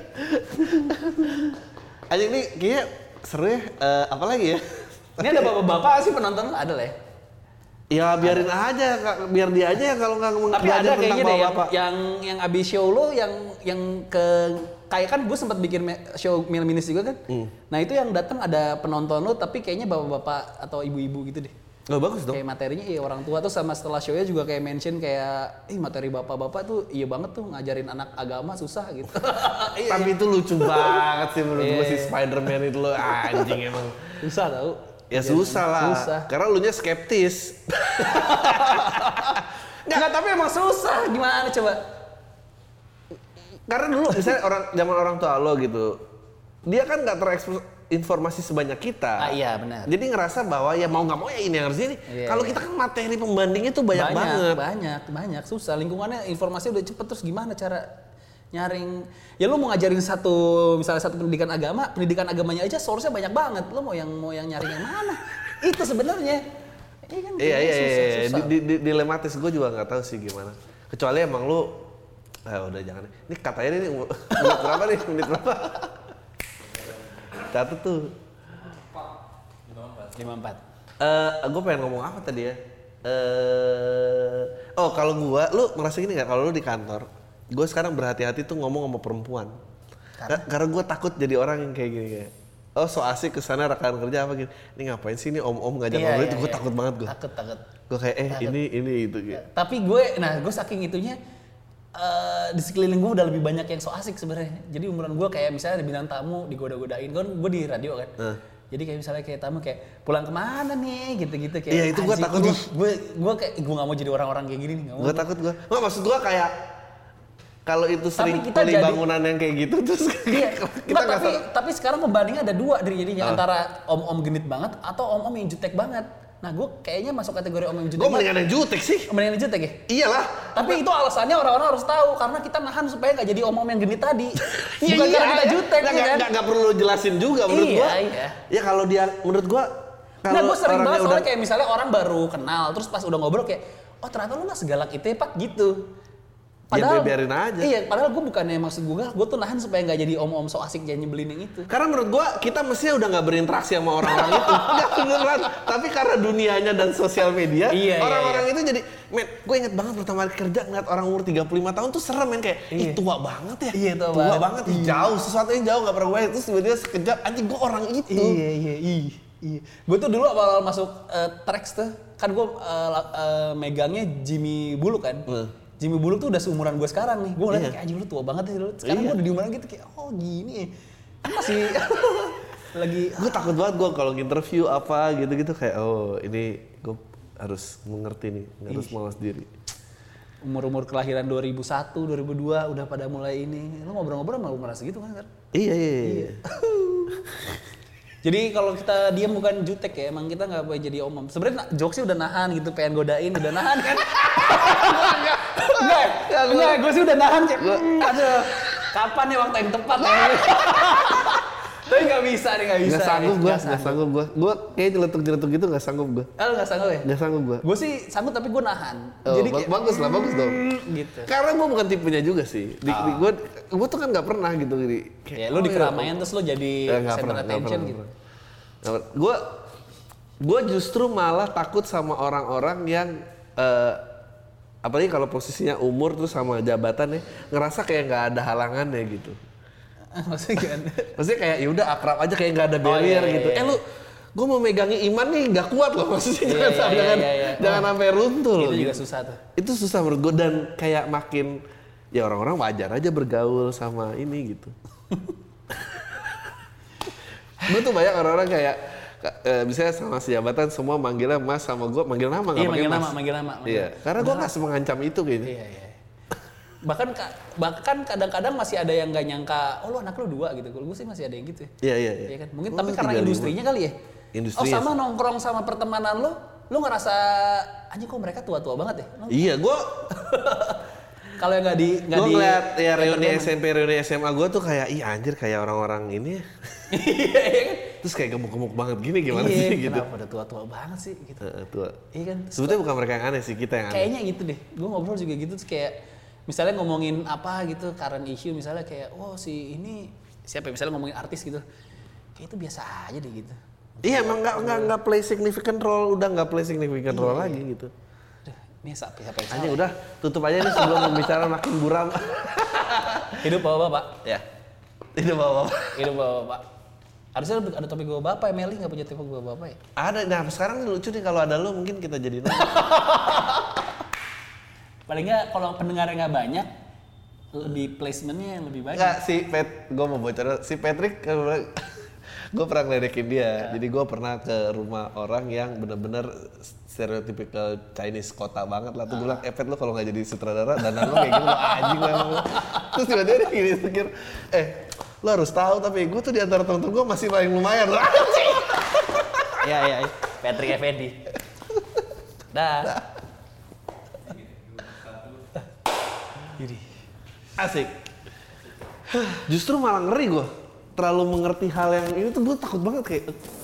Anjing nih kayaknya seru ya, uh, apa lagi ya? Ini ada bapak-bapak sih penonton ada lah ya? Ya biarin ada. aja, biar dia aja ya kalau nggak ngomong tapi ada kayaknya deh yang, yang yang abis show lo yang yang ke kayak kan gue sempat bikin show Mil Minis juga kan. Hmm. Nah itu yang datang ada penonton lo tapi kayaknya bapak-bapak atau ibu-ibu gitu deh. Oh bagus dong. Kayak materinya iya orang tua tuh sama setelah show-nya juga kayak mention kayak ih materi bapak-bapak tuh iya banget tuh ngajarin anak agama susah gitu. Tapi itu lucu banget sih menurut gue si Spider-Man itu lo anjing emang. Susah tau. Ya susah lah, susah. Karena lu nya skeptis. Nggak, tapi emang susah. Gimana coba? Karena dulu misalnya orang zaman orang tua lo gitu, dia kan nggak terekspos informasi sebanyak kita. Ah iya benar. Jadi ngerasa bahwa ya mau nggak mau ya ini yang harus ini. Iya, kalau iya. Kita kan materi pembandingnya tuh banyak, banyak banget. Banyak, banyak, susah. Lingkungannya informasi udah cepet terus gimana cara nyaring, ya lu mau ngajarin satu misalnya satu pendidikan agama, pendidikan agamanya aja source-nya banyak banget. Lu mau yang mau yang nyaring yang mana? Itu sebenarnya. Iya kan? Iya iya susah, iya. Susah. Di, di, dilematis gue juga nggak tahu sih gimana. Kecuali emang lu, ah udah jangan. Ini katanya ini menit berapa nih? Menit berapa? Catat tuh. lima puluh empat. Eh, gue pengen ngomong apa tadi ya? Eh, oh kalau gue, lu merasa gini nggak kalau lu di kantor? Gue sekarang berhati-hati tuh ngomong sama perempuan. Karena, Karena gue takut jadi orang yang kayak gini kayak. oh so asik kesana rekan kerja apa gitu. Ini ngapain sih ini om-om ngajak Iya, ngobrol iya, itu gue iya. takut banget gue. Takut, takut. Gue kayak eh Takut. ini ini itu gitu. Tapi gue, nah gue saking itunya uh, di sekeliling gue udah lebih banyak yang so asik sebenarnya. Jadi umuran gue kayak misalnya ada bintang tamu digoda-godain, kan gue di radio kan. Uh. Jadi kayak misalnya kayak tamu kayak pulang kemana nih gitu-gitu kayak. Iya itu gue takut gue. Gue gue kayak gue nggak mau jadi orang-orang kayak gini nih. Gue takut gue. Nggak maksud gue kayak kalau itu sering kita beli jadi, bangunan yang kayak gitu terus iya, kita nggak, tapi, tapi sekarang pembandingnya ada dua dari jadinya uh. antara om-om genit banget atau om-om yang jutek banget. Nah gue kayaknya masuk kategori om yang jutek. Gue mendingan yang jutek sih. Mendingan yang jutek ya? Iyalah. Tapi itu alasannya orang-orang harus tahu karena kita nahan supaya nggak jadi om-om yang genit tadi. Bukan iya, karena kita jutek nggak, ya kan? Nggak, nggak perlu jelasin juga menurut iya, gue. Iya. Ya kalau dia menurut gue. Nah gue sering banget soalnya udah... kayak misalnya orang baru kenal terus pas udah ngobrol kayak oh ternyata lu nggak segalak itu ya Pak gitu. Padahal ya biarin aja. Iya, padahal gue bukannya maksud gue, gue tuh nahan supaya nggak jadi om-om so asik jangan nyebelin yang itu. Karena menurut gue kita mestinya udah nggak berinteraksi sama orang-orang itu. Nggak beneran. Tapi karena dunianya dan sosial media, iya, orang-orang iya, iya. itu jadi, men, gue inget banget pertama kali kerja ngeliat orang umur tiga puluh lima tahun tuh serem men kayak, iya. ih tua banget ya. Iya tua, tua banget. banget. Iya. Jauh, sesuatu yang jauh nggak pernah gue. Terus tiba-tiba sekejap, anjing gue orang itu. Iya, iya, iya. Iya. Gue tuh dulu awal masuk uh, Trax tuh, kan gue uh, uh, megangnya Jimmy Buluk kan. Hmm. Jimmy Buluk tuh udah seumuran gue sekarang nih. Gue ngeliat iya. kayak anjing lu tua banget ya dulu. Sekarang iya. gue udah di umuran gitu kayak oh gini ya. Kan masih lagi gue takut banget gue kalau interview apa gitu-gitu kayak oh ini gue harus mengerti nih, harus mawas diri. Umur-umur kelahiran dua ribu satu, dua ribu dua udah pada mulai ini. Lu ngobrol-ngobrol sama umur segitu kan? Iya, iya, iya. Jadi kalau kita diam bukan jutek ya, emang kita nggak boleh jadi omong. Sebenarnya jokesnya udah nahan gitu, pengen godain udah nahan kan? Enggak, enggak, enggak, gue sih udah nahan sih. Aduh, kapan nih waktu yang tepat ya? Tapi nggak bisa nih, nggak bisa. Nggak sanggup gue, nggak sanggup gue. Gue kayak jeletuk-jeletuk gitu nggak sanggup gue. Ah, nggak sanggup ya? Nggak sanggup gue. Gue sih sanggup tapi gue nahan. Oh, Jadi kayak, bagus lah, bagus dong. Gitu. Karena gue bukan tipenya juga sih. Di, oh. di, gue, gue tuh kan nggak pernah gitu. Jadi, kayak, ya, lu di keramaian terus lu jadi ya, center pernah, attention pernah, gitu. Gue, gue justru malah takut sama orang-orang yang uh, apalagi kalau posisinya umur tuh sama jabatan ya ngerasa kayak nggak ada halangannya gitu. Maksudnya gimana? Maksudnya kayak ya udah akrab aja kayak nggak ada barrier oh, iya, iya, gitu. Iya. Eh lu, gue mau megangi iman nih nggak kuat loh maksudnya iya, jangan iya, jangan iya, iya. jangan oh, sampai runtuh loh. Itu juga gitu. susah tuh. Itu susah menurut gue dan kayak makin ya orang-orang wajar aja bergaul sama ini gitu. Gue tuh banyak orang-orang kayak Uh, misalnya sama sejabatan semua manggilnya mas sama gue manggil nama nggak iya, pakai manggil mas. nama, manggil nama. Manggil. Iya, karena gue nggak semengancam itu kayaknya. Iya, iya. Bahkan bahkan kadang-kadang masih ada yang nggak nyangka, oh lu anak lu dua gitu. Gue sih masih ada yang gitu. Iya iya. iya. Ya kan? Mungkin oh, tapi karena industrinya kali ya. Industri oh sama nongkrong sama pertemanan lu, lu ngerasa anjing kok mereka tua-tua banget ya? Lu, iya, gue. Kalau yang nggak di nggak di. Gue ngeliat ya reuni S M P, reuni S M A gue tuh kayak, ih anjir kayak orang-orang ini. Iya kan? Terus kayak gemuk-gemuk banget gini gimana iya, sih gitu. Kenapa udah tua-tua banget sih gitu. Uh, tua. Iya kan? Sebetulnya bukan mereka yang aneh sih, kita yang aneh. Kayaknya gitu deh. Gue ngobrol juga gitu terus kayak misalnya ngomongin apa gitu, current issue misalnya kayak oh si ini siapa ya? Misalnya ngomongin artis gitu. Kayak itu biasa aja deh gitu. Iya emang nggak nggak nggak play significant role, udah nggak play significant role iya, lagi iya. gitu. Ini siapa siapa yang Anjing udah tutup aja nih sebelum pembicaraan makin buram. Hidup bapak-bapak. Ya. Hidup bapak-bapak. Hidup bapak-bapak. Harusnya ada topik gue bapak ya, Meli nggak punya topik gue bapak ya? Ada, nah sekarang lucu nih kalau ada lu mungkin kita jadi Paling nggak kalau pendengarnya nggak banyak, lebih placementnya yang lebih banyak. Nggak, si Pet, gue mau bocor, si Patrick, gue pernah ngeledekin dia, ya. Jadi gue pernah ke rumah orang yang bener-bener stereotypical Chinese kota banget lah. Tuh gue bilang, eh Pet lu kalau nggak jadi sutradara, dandan lu kayak gitu, lu anjing memang lu. Terus tiba-tiba dia gini, pikir, eh lo harus tahu tapi gue tuh di antara temen-temen gue masih paling lumayan loh. Iya iya, Patrick Effendi. Dah. Jadi asik. Justru malah ngeri gue. Terlalu mengerti hal yang ini tuh gue takut banget kayak